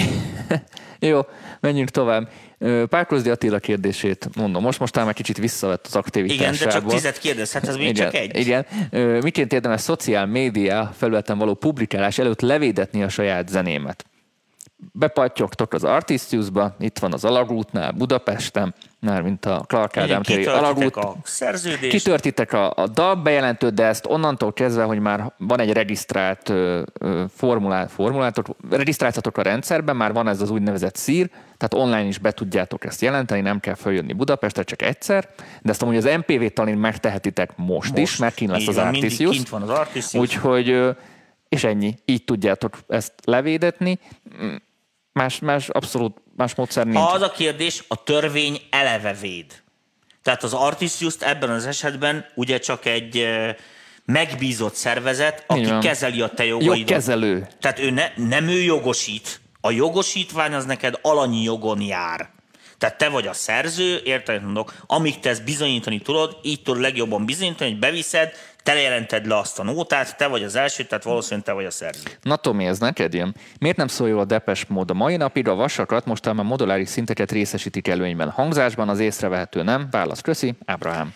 Jó, menjünk tovább. Párkozdi Attila kérdését mondom. Most most már kicsit visszavett az aktivitásából. Igen, de csak tizet kérdez, hát ez még igen, csak egy. Igen. Miként érdemes szociál média felületen való publikálás előtt levédetni a saját zenémet? bepattyogtok az Artistius-ba, itt van az Alagútnál, Budapesten, már mint a Clark Ádám téri Alagút. A szerződést. Kitörtitek a, a dal bejelentőt, de ezt onnantól kezdve, hogy már van egy regisztrált ö, ö, formulát, formulátot, regisztráltatok a rendszerben, már van ez az úgynevezett szír, tehát online is be tudjátok ezt jelenteni, nem kell följönni Budapestre, csak egyszer, de ezt amúgy az em pé vé talán megtehetitek most, most is, mert kint lesz az Artistius. Kint van az Artistius. Úgyhogy, és ennyi, így tudjátok ezt levédetni. Más, más abszolút más módszer nincs. Ha az a kérdés, a törvény eleve véd. Tehát az Artistiust ebben az esetben ugye csak egy megbízott szervezet, aki kezeli a te jogaidat. Jogkezelő. Tehát ő ne, nem ő jogosít. A jogosítvány az neked alanyi jogon jár. Tehát te vagy a szerző, érted, mondok, amíg te ezt bizonyítani tudod, így tudod legjobban bizonyítani, hogy beviszed, te jelented le azt a nótát, te vagy az első, tehát valószínűleg te vagy a szerző. Na Tomi, ez neked jön. Miért nem szól jól a Depeche Mode? A mai napig a vasakat most már moduláris szinteket részesítik előnyben. Hangzásban az észrevehető nem? Válasz, köszi, Ábrahám.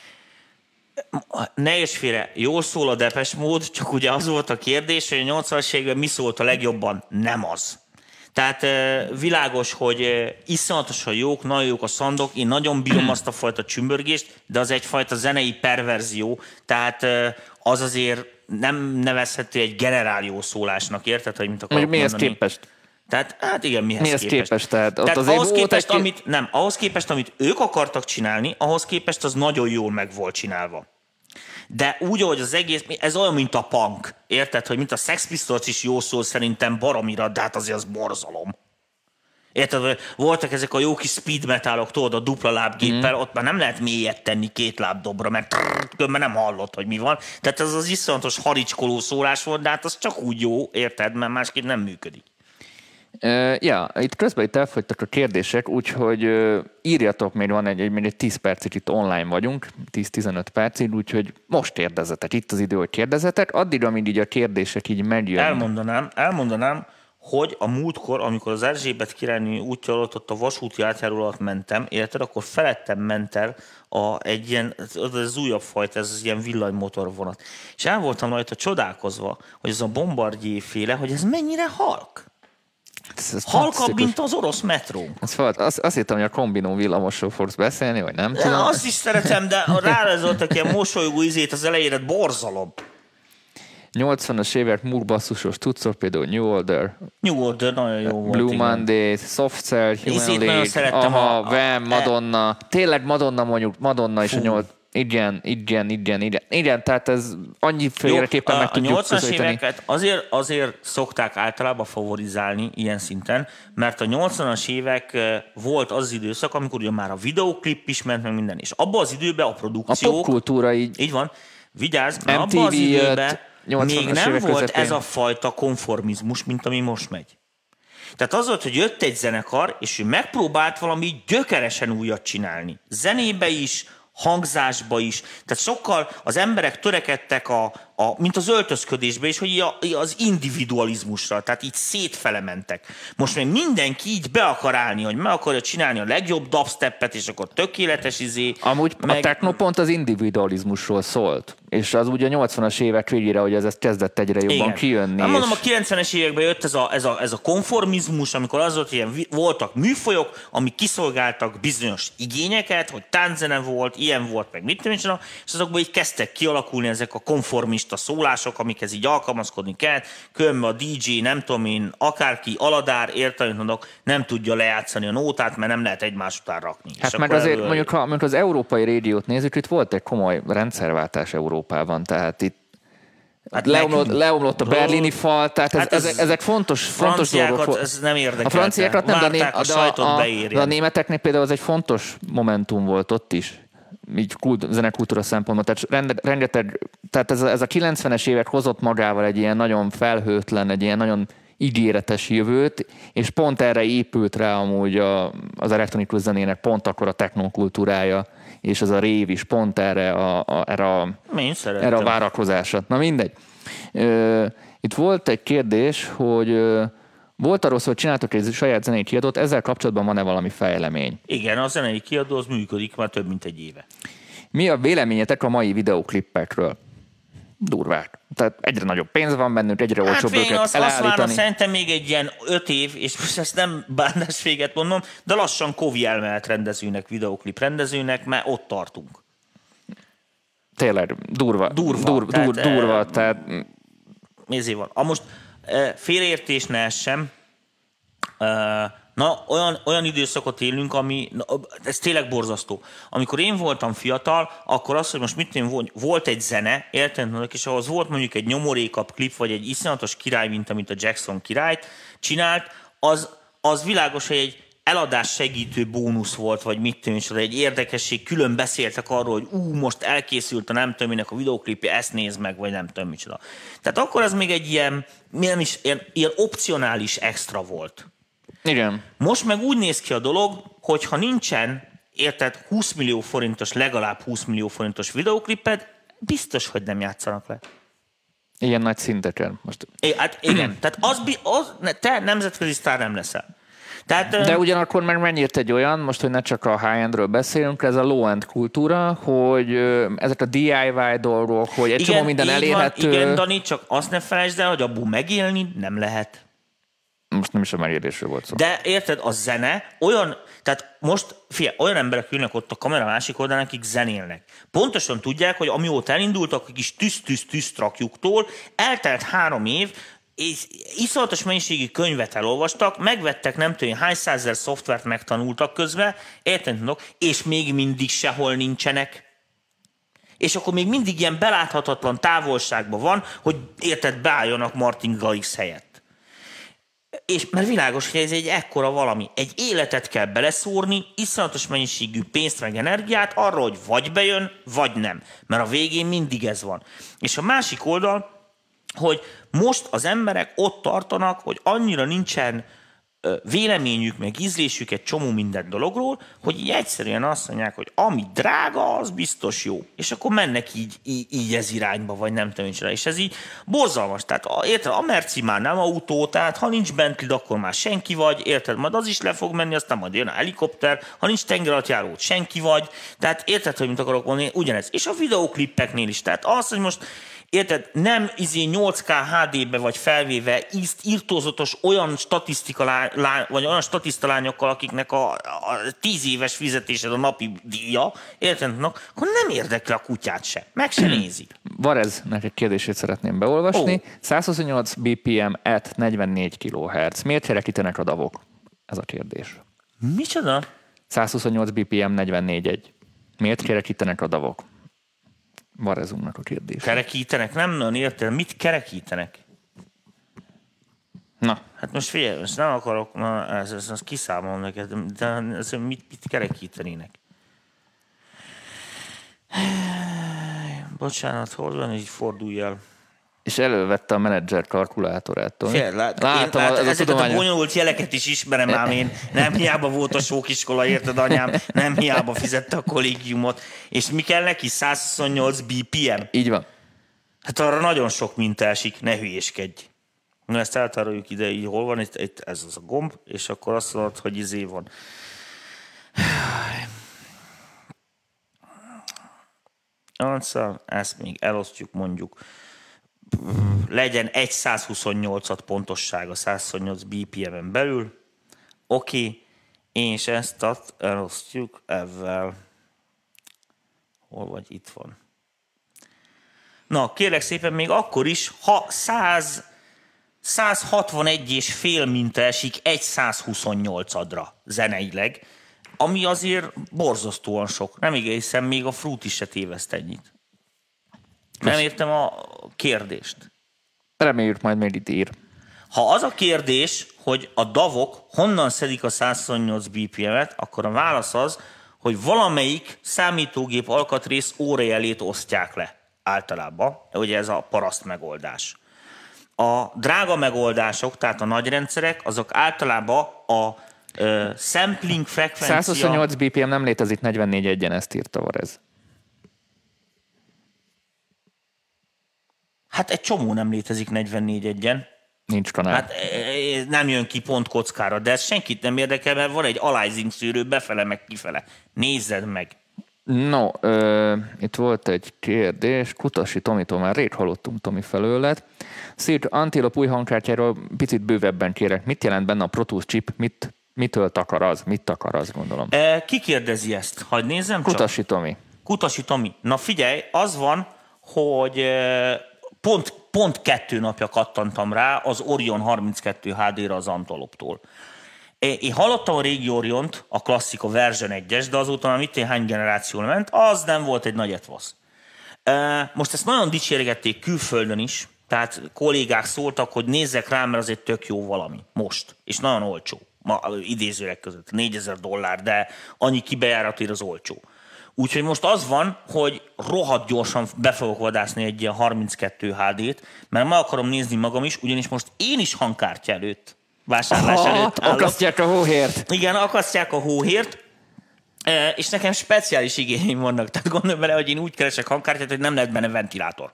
Ne és félre, jól szól a Depeche Mode, csak ugye az volt a kérdés, hogy a nyolcvanas években mi szólt a legjobban? Nem az. Tehát világos, hogy iszonyatosan jók, nagyon jók a szandok, én nagyon bírom azt a fajta csümbörgést, de az egyfajta zenei perverzió, tehát az azért nem nevezhető egy generálió szólásnak, érted, hogy mit akarok mihez mondani? Képest? Tehát, hát igen, mihez, mihez képest? képest? Tehát, tehát ott ahhoz képest, egy... amit, nem, ahhoz képest, amit ők akartak csinálni, ahhoz képest az nagyon jól meg volt csinálva. De úgy, ahogy az egész, ez olyan, mint a punk. Érted, hogy mint a Sex Pistols is jó szól szerintem baromira, de hát azért az borzalom. Érted, hogy voltak ezek a jó kis speed metalok, tudod, a dupla lábgéppel, mm. ott már nem lehet mélyet tenni két lábdobra, mert különben nem hallod, hogy mi van. Tehát ez az iszonyatos haricskoló szólás volt, de hát az csak úgy jó, érted, mert másképp nem működik. Uh, ja, itt közben itt elfogytak a kérdések, úgyhogy uh, írjatok, még van egy, egy, egy tíz percig itt online vagyunk, tíz-tizenöt percig, úgyhogy most kérdezzetek, itt az idő, hogy kérdezzetek, addig, amíg így a kérdések így megjönnek. Elmondanám, elmondanám, hogy a múltkor, amikor az Erzsébet királynő útja alatt ott a vasúti átjáró alatt mentem, érted, akkor felettem ment el a, egy ilyen, az újabb fajta, ez az ilyen villanymotorvonat. És el voltam rajta csodálkozva, hogy ez a Bombardier féle, hogy ez mennyire halk. Ez, ez halkabb, mint az orosz metró. Azt, azt hittem, hogy a kombinó villamosról fogsz beszélni, vagy nem tudom. Ja, azt is szeretem, de rárezoltak ilyen mosolygó izét az elejére, borzalom. nyolcvanas évek murbasszusos tudszor, például New Order. New Order nagyon jó volt. Blue igen. Monday, Soft Cell, Human League, aha, Van, Madonna. Tényleg Madonna mondjuk, Madonna is a nyolc. Igen, igen, igen, igen. Igen, tehát ez annyi féleképpen meg tudjuk közelíteni. A nyolcvanas éveket azért, azért szokták általában favorizálni ilyen szinten, mert a nyolcvanas évek volt az időszak, amikor ugye már a videóklip is ment, meg minden, és abban az időben a produkciók... A popkultúra így... Így van. Vigyázz, mert abban az időben még nem volt közepén. Ez a fajta konformizmus, mint ami most megy. Tehát az volt, hogy jött egy zenekar, és ő megpróbált valami gyökeresen újat csinálni. Zenébe is, hangzásba is. Tehát sokkal az emberek törekedtek, a, a, mint az öltözködésbe is, hogy a, az individualizmusra, tehát így szétfele mentek. Most még mindenki így be akar állni, hogy meg akarja csinálni a legjobb dubstepet, és akkor tökéletes izé. Amúgy meg... a techno pont az individualizmusról szólt. És az ugye a nyolcvanas évek végére, hogy ez, ez kezdett egyre jobban igen. kijönni. Nem mondom, a kilencvenes években jött ez a, ez, a, ez a konformizmus, amikor az volt, hogy ilyen, voltak műfajok, amik kiszolgáltak bizonyos igényeket, hogy tánczene volt, ilyen volt, meg mit tudom, és azokból így kezdtek kialakulni ezek a konformista szólások, amikhez így alkalmazkodni kell, különben a dé dzsé, nem tudom én, akárki, aladár, értelmet mondok, nem tudja lejátszani a nótát, mert nem lehet egymás után rakni. Hát és meg azért, ebből... mondjuk, ha mondjuk az európai rédiót nézzük, itt volt egy komoly rendszerváltás Európában, tehát itt hát leomlott, leomlott a berlini fal, tehát ez, hát ez, ezek, ezek fontos, fontos dolgok. Ez nem érdekelte. A franciákat nem, de a, ném, a, de a, a, de a németeknél például ez egy fontos momentum volt ott is, így kult, zenekultúra szempontból. Tehát, rengeteg, tehát ez, a, ez a kilencvenes évek hozott magával egy ilyen nagyon felhőtlen, egy ilyen nagyon ígéretes jövőt, és pont erre épült rá amúgy a, az elektronikus zenének pont akkor a technokultúrája, és az a rév is pont erre a, a, erre a, erre a várakozásra. Na mindegy. Itt volt egy kérdés, hogy volt arról szó, hogy csináltok egy saját zenei kiadót, ezzel kapcsolatban van-e valami fejlemény? Igen, a zenei kiadó az működik már több mint egy éve. Mi a véleményetek a mai videóklippekről? durvák. Tehát egyre nagyobb pénz van bennük, egyre hát olcsóbb őket azt, elállítani. Azt már szerintem még egy ilyen öt év, és most ezt nem bánásvéget mondom, de lassan Kovi elmehet rendezőnek, videoklip rendezőnek, mert ott tartunk. Tényleg, durva. Durva. Dur, tehát, dur, durva, eh, tehát... Nézzé van. A most eh, félreértés ne essen. Eh, na, olyan, olyan időszakot élünk, ami, na, ez tényleg borzasztó. Amikor én voltam fiatal, akkor az, hogy most mit én, volt egy zene, érted, és ahhoz volt mondjuk egy nyomorékabb klip, vagy egy iszonyatos király, mint amit a Jackson királyt csinált, az, az világos, hogy egy eladás segítő bónusz volt, vagy mit tudom is, egy érdekesség, külön beszéltek arról, hogy ú, most elkészült a nem tudom minek a videóklipje, ezt nézd meg, vagy nem tudom micsoda. Tehát akkor ez még egy ilyen, milyen is, ilyen, ilyen opcionális extra volt. Igen. Most meg úgy néz ki a dolog, hogy ha nincsen, érted, húsz millió forintos, legalább húsz millió forintos videókliped, biztos, hogy nem játszanak le. Ilyen nagy szinteken. Most... É, hát igen, tehát az, az, te nemzetközi sztár nem leszel. Tehát, de ugyanakkor meg mennyit egy olyan, most, hogy ne csak a high-endről beszélünk, ez a low-end kultúra, hogy ezek a dé i vé dolgok, hogy egy igen, csomó minden elérhető. Van, igen, Dani, csak azt ne felejtsd el, hogy abból megélni nem lehet. Most nem is a megélésről volt szó. De érted, a zene olyan, tehát most figyelj, olyan emberek ülnek ott a kamera másik oldalán, akik zenélnek. Pontosan tudják, hogy amióta elindultak a kis tűz-tűz-tűz trakjuktól, eltelt három év, és iszonyatos mennyiségű könyvet elolvastak, megvettek nem tudom, hány százezer szoftvert megtanultak közben, érted, és még mindig sehol nincsenek. És akkor még mindig ilyen beláthatatlan távolságban van, hogy érted, beálljanak Martin Garrix helyett. És mert világos, hogy ez egy ekkora valami. Egy életet kell beleszórni, iszonyatos mennyiségű pénzt meg energiát arra, hogy vagy bejön, vagy nem. Mert a végén mindig ez van. És a másik oldal, hogy most az emberek ott tartanak, hogy annyira nincsen véleményük, meg ízlésük egy csomó minden dologról, hogy így egyszerűen azt mondják, hogy ami drága, az biztos jó. És akkor mennek így, így, így ez irányba, vagy nem tudom, és ez így borzalmas. Tehát érted, a Merci már nem autó, tehát ha nincs Bentley, akkor már senki vagy, érted, majd az is le fog menni, aztán majd jön a helikopter, ha nincs tengeralattjáró, senki vagy. Tehát érted, hogy mit akarok mondani, ugyanez. És a videóklippeknél is. Tehát az, hogy most érted, nem izé nyolc ká há dé-be vagy felvéve írtózatos olyan statisztika lá, vagy olyan statisztalányokkal, akiknek a, a tíz éves fizetésed a napi díja, érted, akkor nem érdekli a kutyát se. Meg se nézik. Vareznek egy kérdését szeretném beolvasni. Oh. százhuszonnyolc bé pé em at negyvennégy kilohertz. Miért kerekítenek a davok? Ez a kérdés. Micsoda? százhuszonnyolc bé pé em negyvennégy egy. Miért kerekítenek a davok? Varezunknak a kérdés. Kerekítenek? Nem nagyon értem. Mit kerekítenek? Na. Hát most figyelj, most nem akarok, na, ez, ez, ez kiszámolom neked, de ez, mit, mit kerekítenének? Bocsánat, hol van, így fordulj el. És elővette a menedzser kalkulátorától. Fél, lát, Látom, én, lát, ezeket a, tudományos... a bonyolult jeleket is ismerem ám én. Nem hiába volt a sókiskola, érted anyám? Nem hiába fizette a kollégiumot. És mi kell neki? százhuszonnyolc bé pé em? Így van. Hát arra nagyon sok minta esik, ne hülyéskedj. Na ezt eltároljuk ide, így hol van, itt, itt ez az a gomb, és akkor azt mondod, hogy izé van. Ansza, ezt még elosztjuk mondjuk. Legyen egy százhuszonnyolcat pontossága százhuszonnyolc bé pé em-en belül. Oké, okay. És ezt elosztjuk ezzel. Hol vagy? Itt van. Na, kérlek szépen még akkor is, ha száz, százhatvanegy és fél minta esik egy százhuszonnyolcadra zeneileg, ami azért borzasztóan sok. Nem egészen, még a Fruity se téveszt ennyit. Nem értem a kérdést. Reméljük, majd még itt ír. Ha az a kérdés, hogy a davok honnan szedik a százhuszonnyolc bé pé em-et, akkor a válasz az, hogy valamelyik számítógép alkatrész órajelét osztják le általában. Ugye ez a paraszt megoldás. A drága megoldások, tehát a nagy rendszerek, azok általában a uh, sampling frekvencia... százhuszonnyolc bé pé em nem létezik negyvennégy egyen, ezt írta Varez. Hát egy csomó nem létezik negyvennégy egyen. Nincs kanál. Hát nem jön ki pont kockára, de ez senkit nem érdekel, mert van egy aliasing szűrő befele meg kifele. Nézzed meg. No, ö, itt volt egy kérdés, Kutasi Tomitól, már rég hallottunk Tomi felőled. Szirk Antilop új hangkártyáról picit bővebben kérek. Mit jelent benne a Pro Tools chip? Mit, mitől takar az? Mit takar az, gondolom? E, ki kérdezi ezt? Hadd nézzem csak. Kutasi Tomi. Kutasi Tomi. Na figyelj, az van, hogy pont, pont kettő napja kattantam rá az Orion harminckettő há dé-re az Antiloptól. Én hallottam a régi Oriont, a klasszik, a Version egyes, de azóta már mit én hány generáció ment, az nem volt egy nagy etvasz. Most ezt nagyon dicsérgették külföldön is, tehát kollégák szóltak, hogy nézzek rá, mert az egy tök jó valami. Most. És nagyon olcsó. Ma idézőek között. négyezer dollár, de annyi kibejáratért az olcsó. Úgyhogy most az van, hogy rohadt gyorsan be fogok vadászni egy ilyen harminckettő há dé-t, mert meg akarom nézni magam is, ugyanis most én is hangkártya előtt, vásárlás Aha, előtt állok. akasztják a hóhért. Igen, akasztják a hóhért, és nekem speciális igényeim vannak. Tehát gondolj bele, hogy én úgy keresek hangkártyát, hogy nem lehet benne ventilátor.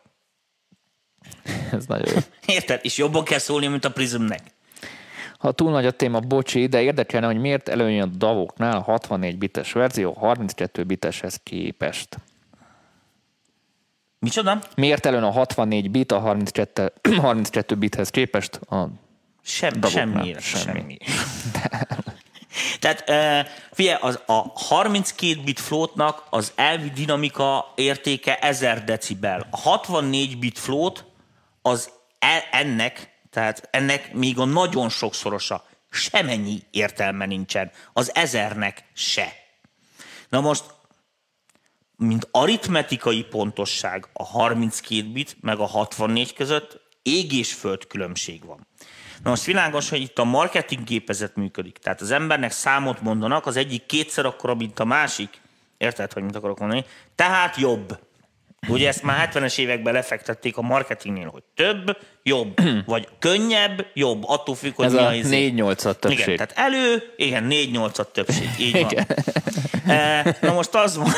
Ez nagyon jó. Érted? És jobban kell szólni, mint a Prismnek. Ha túl nagy a téma, bocsi, de érdekelne, hogy miért előjön a davoknál a hatvannégy bites verzió harminckettő biteshez képest. Micsoda? Miért előn a hatvannégy bit a harminckettő, harminckettő bithez képest a Sem, davoknál? semmiért. Semmi. semmi. Tehát figyelj, az, a harminckét bit floatnak az elvi dinamika értéke ezer decibel. A hatvannégy bit float az ennek, tehát ennek még a nagyon sokszorosa. Semennyi értelme nincsen. Az ezernek se. Na most, mint aritmetikai pontosság a harminckét bit meg a hatvannégy között ég és föld különbség van. Na most világos, hogy itt a marketing gépezet működik. Tehát az embernek számot mondanak, az egyik kétszer akkora, mint a másik. Érted, hogy mit akarok mondani? Tehát jobb. Ugye ezt már hetvenes években lefektették a marketingnél, hogy több, jobb, vagy könnyebb, jobb, attól függ, hogy ez mi a a izé. négy nyolcad többség. Igen, tehát elő, igen, négy nyolcad többség, így van. E, na most az van,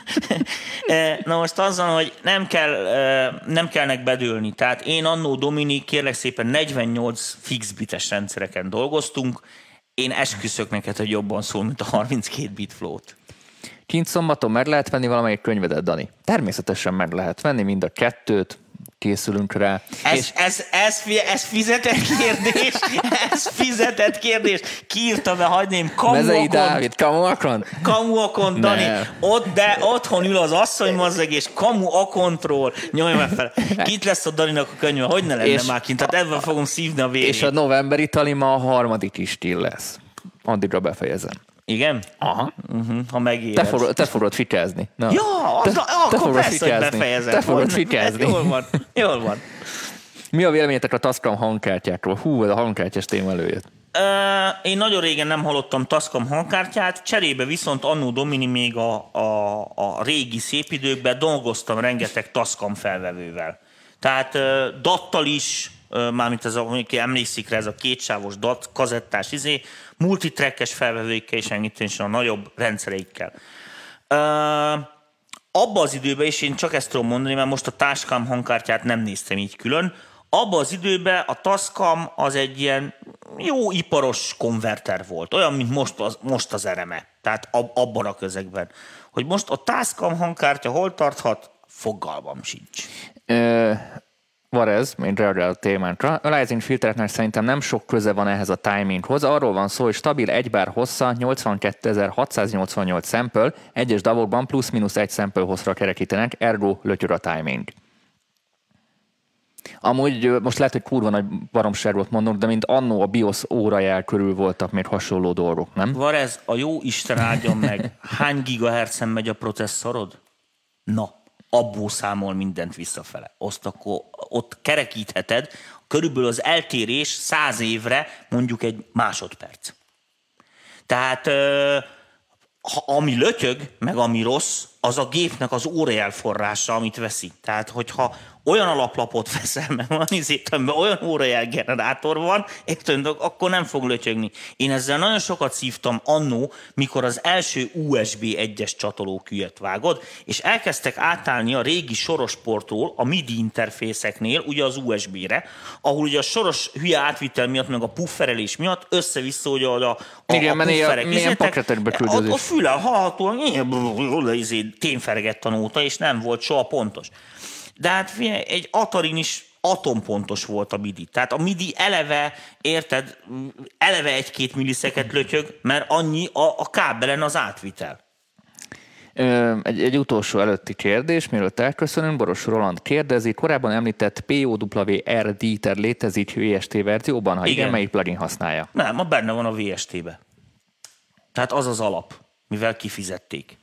e, na most az van, hogy nem, kell, e, nem kellnek bedőlni. Tehát én annó Dominik, kérlek szépen negyvennyolc fix bites rendszereken dolgoztunk, én esküszök neked, hogy jobban szól, mint a harminckét bit float. Kint szombaton meg lehet venni valamelyik könyvedet, Dani? Természetesen meg lehet venni, mind a kettőt, készülünk rá. Ez, és... ez, ez, ez fizetett kérdés, ez fizetett kérdés. Kiírta be, hagyném, Mezei Dávid, Kamu Akon? Kamu Akon, Dani, ott, de otthon ül az asszony mazzeg, és Kamu Akontról nyomj meg fel. Kit lesz a Daninak a könyve, hogy ne lenne és már kint, tehát ebben fogom szívni a vérét. És a novemberi talima a harmadik is still lesz. Addigra befejezem. Igen? Aha. Uh-huh, ha megéred. Te fogod, te fogod fikázni. Na. Ja, az, te, akkor te persze, fikázni. Hogy befejezem. Te fogod fikázni. Jól van, jól van. Mi a véleményetek a Tascam hangkártyákról? Hú, ez a hangkártyás téma előjött. Uh, én nagyon régen nem hallottam Tascam hangkártyát, cserébe viszont annó Domini még a, a, a régi szép időkben dolgoztam rengeteg Tascam felvevővel. Tehát uh, dattal is, uh, mármint ez a, aki emlékszik rá, ez a kétsávos dat, kazettás izé, multitrackes felvevőikkel és engedélyesen a nagyobb rendszereikkel. Uh, abba az időben, és én csak ezt tudom mondani, mert most a Tascam hangkártyát nem néztem így külön, abban az időben a Tascam az egy ilyen jó iparos konverter volt, olyan, mint most az, most az er em e, tehát ab, abban a közegben. Hogy most a Tascam hangkártya hol tarthat, fogalmam sincs. Ö, van ez, mint reagál a témánkra. A Rising filtereknek szerintem nem sok köze van ehhez a timinghoz. Arról van szó, hogy stabil egybár hossza nyolcvankétezer-hatszáznyolcvannyolc sample, egyes davokban plusz-minusz egy sample hosszra kerekítenek, ergo lötyör a timing. Amúgy most lehet, hogy kurva nagy baromságot mondok, de mint annó a BIOS órajel körül voltak még hasonló dolgok, nem? Van ez, a jó Isten áldjon meg, hány gigahertzen megy a processzorod? Na, abból számol mindent visszafele. Azt akkor ott kerekítheted, körülbelül az eltérés száz évre mondjuk egy másodperc. Tehát ha, ami lötyög, meg ami rossz, az a gépnek az órajel forrása, amit veszi. Tehát, hogyha olyan alaplapot veszel, mert van izétemben olyan órajel generátor van, érted, akkor nem fog lötyögni. Én ezzel nagyon sokat szívtam annó, mikor az első u es bé egyes csatolókülyet vágod, és elkezdtek átállni a régi sorosportról a MIDI interfészeknél, ugye az u es bé-re, ahol ugye a soros hülye átvitel miatt, meg a pufferelés miatt össze-vissza, hogy a, a, igen, a pufferek milyen pakketekbe küldözés. Ott, ott füle hallhatóan témferegett a nóta, és nem volt soha pontos. De hát egy Atarin is atompontos volt a midi. Tehát a midi eleve, érted, eleve egy-két milliszeket lötyög, mert annyi a, a kábelen az átvitel. Egy, egy utolsó előtti kérdés, mielőtt elköszönünk, Boros Roland kérdezi, korábban említett pé o dupla vé er Dieter létezik vé es té verzióban? Ha igen, igen, melyik plugin használja? Nem, ma benne van a vé es té-be. Tehát az az alap, mivel kifizették.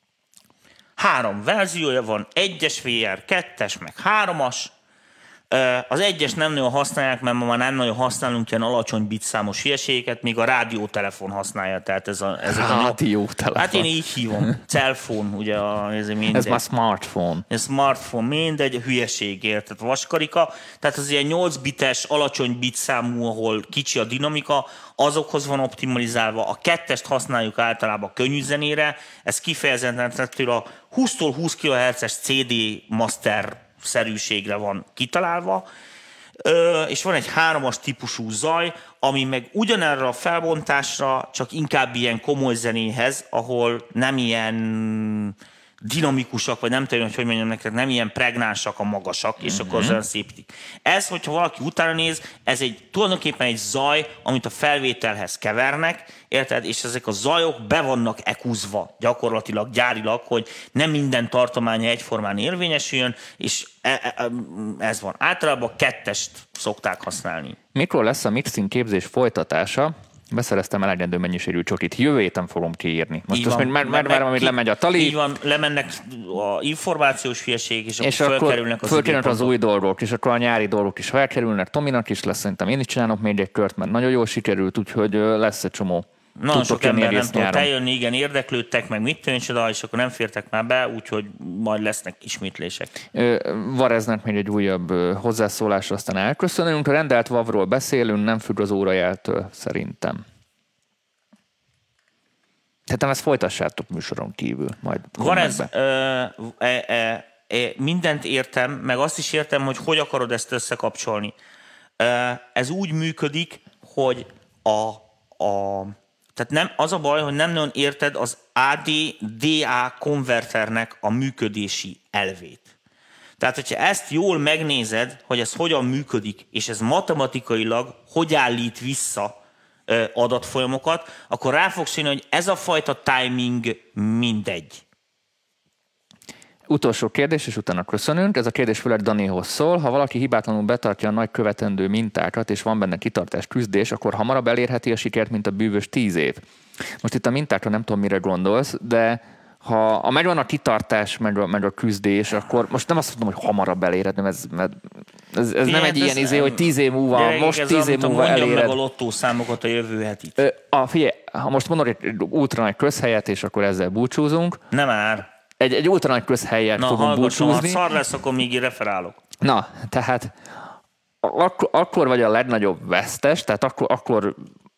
Három verziója van, egyes vé er, kettes, meg háromas. Az egyes nem nagyon használják, mert ma már nem nagyon használunk ilyen alacsony bitszámos hülyeségeket, még a rádiótelefon használja, tehát ez a... Ez a rádiótelefon. Hát én így hívom. Cellphone, ugye a, ez mindegy. Ez már smartphone. Ez smartphone, mindegy, hülyeség, érted? Vaskarika, tehát az ilyen nyolc bites, alacsony bitszámú, ahol kicsi a dinamika, azokhoz van optimalizálva. A kettest használjuk általában könnyű zenére, ez kifejezetten a húsztól húsz kilohertzes cé dé master szerűségre van kitalálva, Ö, és van egy háromas típusú zaj, ami meg ugyanerre a felbontásra, csak inkább ilyen komoly zenéhez, ahol nem ilyen dinamikusak, vagy nem tudom, hogy hogy mondjam neked, nem ilyen pregnánsak a magasak, és mm-hmm. akkor az olyan szépítik. Ez, hogyha valaki utána néz, ez egy tulajdonképpen egy zaj, amit a felvételhez kevernek, érted? És ezek a zajok be vannak ekuzva gyakorlatilag, gyárilag, hogy nem minden tartománya egyformán érvényesüljön, és ez van. Általában kettest szokták használni. Mikor lesz a mixing képzés folytatása? Beszereztem elegendő mennyiségű csokit. Jövő héten fogom kiírni. Most azt már, már, már amit lemegy a tali. Így van, lemennek a információs hülyeség, és, és akkor akkor fölkerülnek az, fölkerülnek az új dolgok, és akkor a nyári dolgok is felkerülnek. Tominak is lesz, szerintem én is csinálok még egy kört, mert nagyon jól sikerült, úgyhogy lesz egy csomó. Nagyon sok ember nem tudott eljönni, igen, érdeklődtek, meg mit tűncsoda, és akkor nem fértek már be, úgyhogy majd lesznek ismétlések. Vareznek még egy újabb hozzászólásra, aztán elköszönünk. A rendelt vavról beszélünk, nem függ az órajeltől, szerintem. Tehát ezt folytassátok műsoron kívül. Majd Varez, e, e, e, mindent értem, meg azt is értem, hogy hogy akarod ezt összekapcsolni. E, ez úgy működik, hogy a, a Tehát nem, az a baj, hogy nem nagyon érted az á dé dé á konverternek a működési elvét. Tehát, hogyha ezt jól megnézed, hogy ez hogyan működik, és ez matematikailag hogy állít vissza adatfolyamokat, akkor rá fogsz jönni, hogy ez a fajta timing mindegy. Utolsó kérdés, és utána köszönünk. Ez a kérdés főleg Danihoz szól. Ha valaki hibátlanul betartja a nagy követendő mintákat, és van benne kitartás, küzdés, akkor hamarabb elérheti a sikert, mint a bűvös tíz év. Most itt a mintákra nem tudom, mire gondolsz, de ha a megvan a kitartás, meg a, meg a küzdés, akkor most nem azt mondom, hogy hamarabb eléred, ez, ez, ez nem egy ilyen izé, hogy tíz év múlva, gyerekek, most tíz év múlva eléred. Mondjam meg a lottószámokat a jövő hetit. A, figyelj, ha most mondod egy ultra nagy közhelyet, és akkor ezzel búcsúzunk. Nem már. Egy, egy ultra nagy közhelyet Na, fogunk búcsúzni. Ha szar lesz, akkor még így referálok. Na, tehát ak- akkor vagy a legnagyobb vesztes, tehát akkor, akkor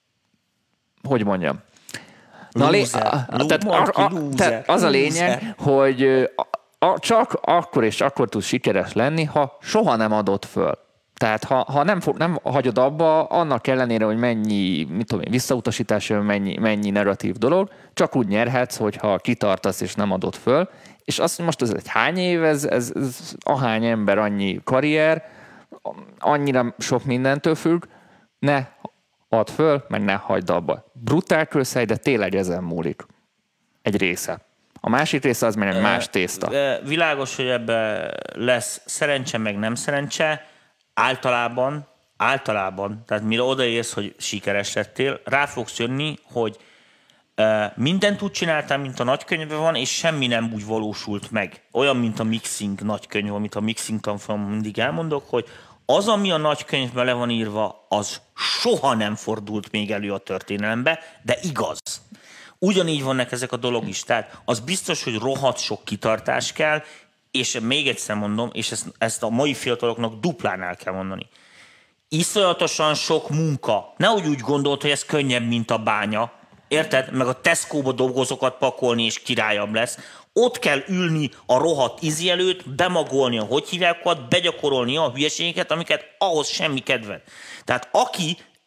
hogy mondjam, Na, loser. A, a, tehát, a, a, tehát az a lényeg, loser. hogy a, a, csak akkor és akkor tudsz sikeres lenni, ha soha nem adod föl. Tehát ha, ha nem, nem hagyod abba, annak ellenére, hogy mennyi, mit tudom én, visszautasítás jön, mennyi, mennyi negatív dolog, csak úgy nyerhetsz, hogyha kitartasz és nem adod föl. És azt, hogy most ez egy hány év, ez, ez, ez ahány ember, annyi karrier, annyira sok mindentől függ, ne add föl, meg ne hagyd abba. Brutál közhely, de tényleg ezen múlik. Egy része. A másik része az már egy más tészta. Világos, hogy ebbe lesz szerencse, meg nem szerencse. Általában, általában, tehát mire odaérsz, hogy sikeres lettél, rá fogsz jönni, hogy mindent úgy csináltál, mint a nagykönyvben van, és semmi nem úgy valósult meg. Olyan, mint a mixing nagykönyv, amit a mixing tanfolyamon mindig elmondok, hogy az, ami a nagykönyvben le van írva, az soha nem fordult még elő a történelembe, de igaz. Ugyanígy vannak ezek a dolog is. Tehát az biztos, hogy rohadt sok kitartás kell, és még egyszer mondom, és ezt, ezt a mai fiataloknak duplán el kell mondani. Iszonyatosan sok munka. Nehogy úgy gondolt, hogy ez könnyebb, mint a bánya. Érted? Meg a Tesco-ba dolgozokat pakolni, és királyabb lesz. Ott kell ülni a rohadt izi előtt, bemagolni a hogy hívjákat, begyakorolni a hülyeségeket, amiket ahhoz semmi kedved. Tehát aki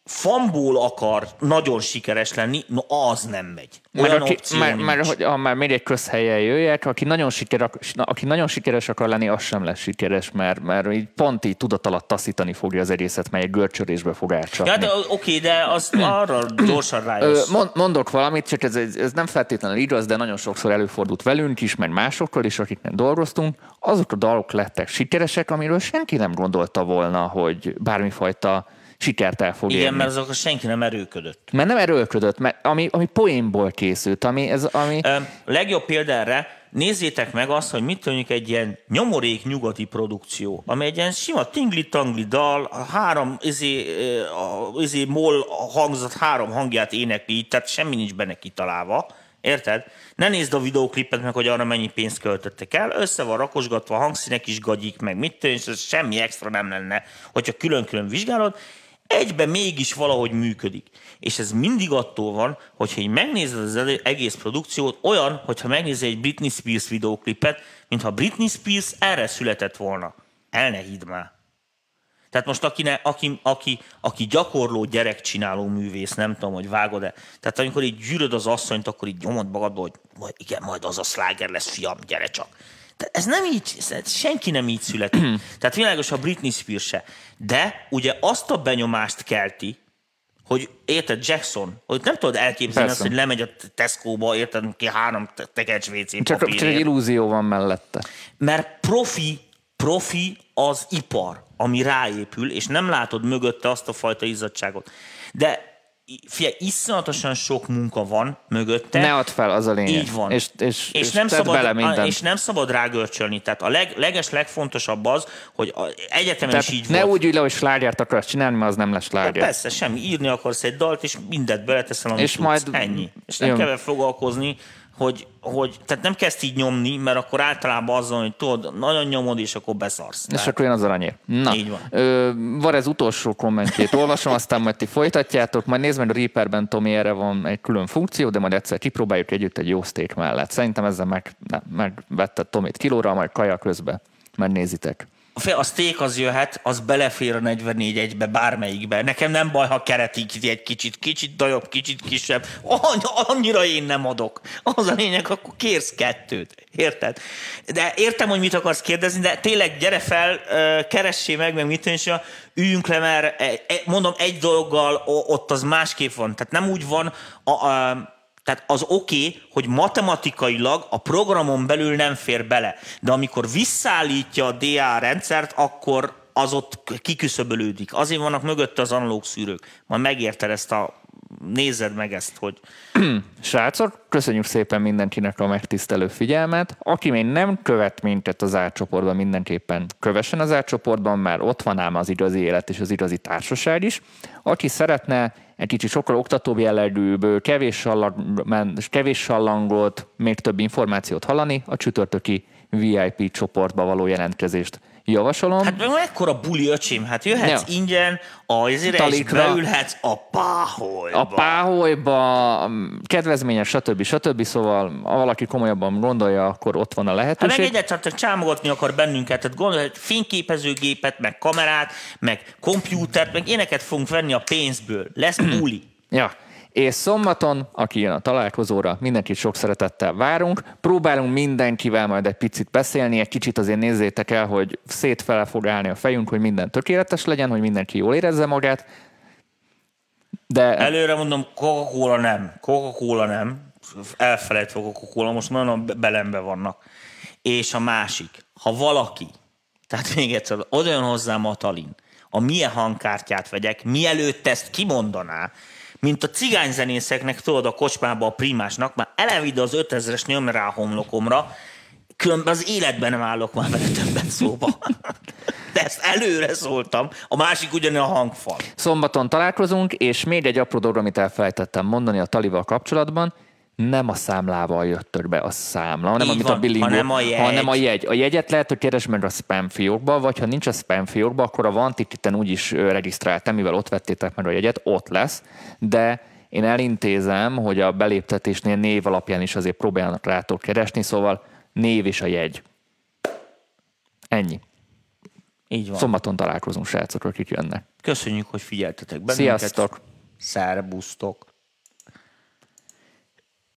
fanból akar nagyon sikeres lenni, no az nem megy. Olyan mert, aki, opció mert, nincs. mert hogy, ha már még egy közhelyen jöjjek, aki nagyon, sikeres, aki nagyon sikeres akar lenni, az sem lesz sikeres, mert, mert így pont így tudat alatt taszítani fogja az egészet, mely egy görcsölésbe fog átcsapni. Ja, de oké, de az arra gyorsan rájössz. Mondok valamit, csak ez, ez nem feltétlenül igaz, de nagyon sokszor előfordult velünk is, meg másokkal is, akiknek dolgoztunk. Azok a dalok lettek sikeresek, amiről senki nem gondolta volna, hogy bármifajta sikert el fog Igen, érni. mert azok senki nem erőködött. Mert nem erőlködött, mert ami, ami poénból készült, ami... Ez, ami... Ö, legjobb példa erre, nézzétek meg azt, hogy mit mondjuk egy ilyen nyomorék nyugati produkció, ami egy ilyen sima tingli-tangli dal, a három izé, a, izé moll hangzat három hangját énekli így, tehát semmi nincs benne kitalálva. Érted? Ne nézd a videóklipet meg, hogy arra mennyi pénzt költöttek el, össze van rakosgatva, a hangszínek is gagyik meg, mit tűnj, semmi extra nem lenne, hogyha külön-külön vizsgálod, egyben mégis valahogy működik. És ez mindig attól van, hogyha így megnézed az egész produkciót, olyan, hogyha megnézed egy Britney Spears videóklipet, mintha Britney Spears erre született volna. El ne hidd már. Tehát most aki, ne, aki, aki, aki gyakorló gyerekcsináló művész, nem tudom, hogy vágod-e. Tehát amikor így gyűröd az asszonyt, akkor így nyomod magadba, hogy majd, igen, majd az a sláger lesz, fiam, gyere csak. Tehát ez nem így, senki nem így születik. Tehát világos a Britney Spears se. De ugye azt a benyomást kelti, hogy érted, Jackson, hogy nem tudod elképzelni Persze. azt, hogy lemegy a Tesco-ba, érted, ki három tekercs vé cé Csak, csak egy illúzió van mellette. Mert profi, profi az ipar, ami ráépül, és nem látod mögötte azt a fajta izzadságot. De figyelj, iszonyatosan sok munka van mögötte. Ne add fel, az a lényeg. Így van. És, és, és, és, nem, szabad, bele minden. és nem szabad rágörcsölni. Tehát a leg, leges, legfontosabb az, hogy egyetemen Tehát is így ne volt. úgy ülj le, hogy slágert akarsz csinálni, mert az nem lesz sláger. Persze, semmi. Írni akarsz egy dalt, és mindent beleteszel, amit és tudsz. Majd... Ennyi. És nem jön. kell foglalkozni, hogy, hogy, tehát nem kezd így nyomni, mert akkor általában azon, hogy tudod, nagyon nyomod, és akkor beszarsz. És akkor jön az aranyér. Na, így van. Ö, van ez utolsó kommentjét, olvasom, aztán majd ti folytatjátok, majd nézd meg a Reaperben, Tomi, erre van egy külön funkció, de majd egyszer kipróbáljuk együtt egy jó steak mellett. Szerintem ezzel meg, megvetted Tomit kilóra, majd kaja közben, mert nézitek. A steak az jöhet, az belefér a negyvennégy egybe, bármelyikbe. Nekem nem baj, ha keretik egy kicsit, kicsit nagyobb, kicsit kisebb. Annyira én nem adok. Az a lényeg, akkor kérsz kettőt. Érted? De értem, hogy mit akarsz kérdezni, de tényleg gyere fel, keressé meg, meg mit is, üljünk le, mert mondom, egy dologgal ott az másképp van. Tehát nem úgy van, a, a, tehát az oké, okay, hogy matematikailag a programon belül nem fér bele, de amikor visszaállítja a dé á rendszert, akkor az ott kiküszöbölődik. Azért vannak mögötte az analóg szűrők. Majd megérted ezt a... Nézzed meg ezt, hogy... Srácok, köszönjük szépen mindenkinek a megtisztelő figyelmet. Aki még nem követ minket az átcsoportban, mindenképpen kövessen az átcsoportban, mert ott van ám az igazi élet és az igazi társaság is. Aki szeretne egy kicsit sokkal oktatóbb jellegűbb, kevés, sallang, kevés sallangot, még több információt hallani, a csütörtöki vé i pé csoportba való jelentkezést javasolom. Hát meg ekkora buli, öcsém, hát jöhetsz ja. ingyen, azért is beülhetsz a páholyba. A páholyba, kedvezményes, stb. stb. Szóval ha valaki komolyabban gondolja, akkor ott van a lehetőség. Hát meg egyet csak csámogatni akar bennünket, tehát gondolj, hogy fényképezőgépet, meg kamerát, meg kompjútert, meg éneket fogunk venni a pénzből. Lesz buli. Ja. És szombaton, aki jön a találkozóra, mindenkit sok szeretettel várunk. Próbálunk mindenkivel majd egy picit beszélni, egy kicsit azért nézzétek el, hogy szétfele fog állni a fejünk, hogy minden tökéletes legyen, hogy mindenki jól érezze magát. De... Előre mondom, Coca-Cola nem. Coca-Cola nem. Elfelejtve a Coca-Cola, most nagyon belembe vannak. És a másik, ha valaki, tehát még egyszer, oda jön hozzám a Talin, a milyen hangkártyát vegyek, mielőtt ezt kimondaná, mint a cigányzenészeknek, tudod, a kocsmába a primásnak, már elevid az ötezres nyom rá a homlokomra, különben az életben nem állok már vele többet szóba. De ezt előre szóltam, a másik ugyan a hangfal. Szombaton találkozunk, és még egy apró dolog, amit elfelejtettem mondani a Talival kapcsolatban, nem a számlával jöttök be a számla, hanem Így amit van, a billingó, hanem a jegy. hanem a jegy. A jegyet lehet, hogy keresd meg a spam fiókba, vagy ha nincs a spam fiókba, akkor a Vantikiten úgyis regisztráltam, mivel ott vettétek meg a jegyet, ott lesz, de én elintézem, hogy a beléptetésnél név alapján is azért próbálnak rátok keresni, szóval név és a jegy. Ennyi. Így van. Szombaton találkozunk, srácok, akik jönnek. Köszönjük, hogy figyeltetek bennünket. Sziasztok! Szerbusztok!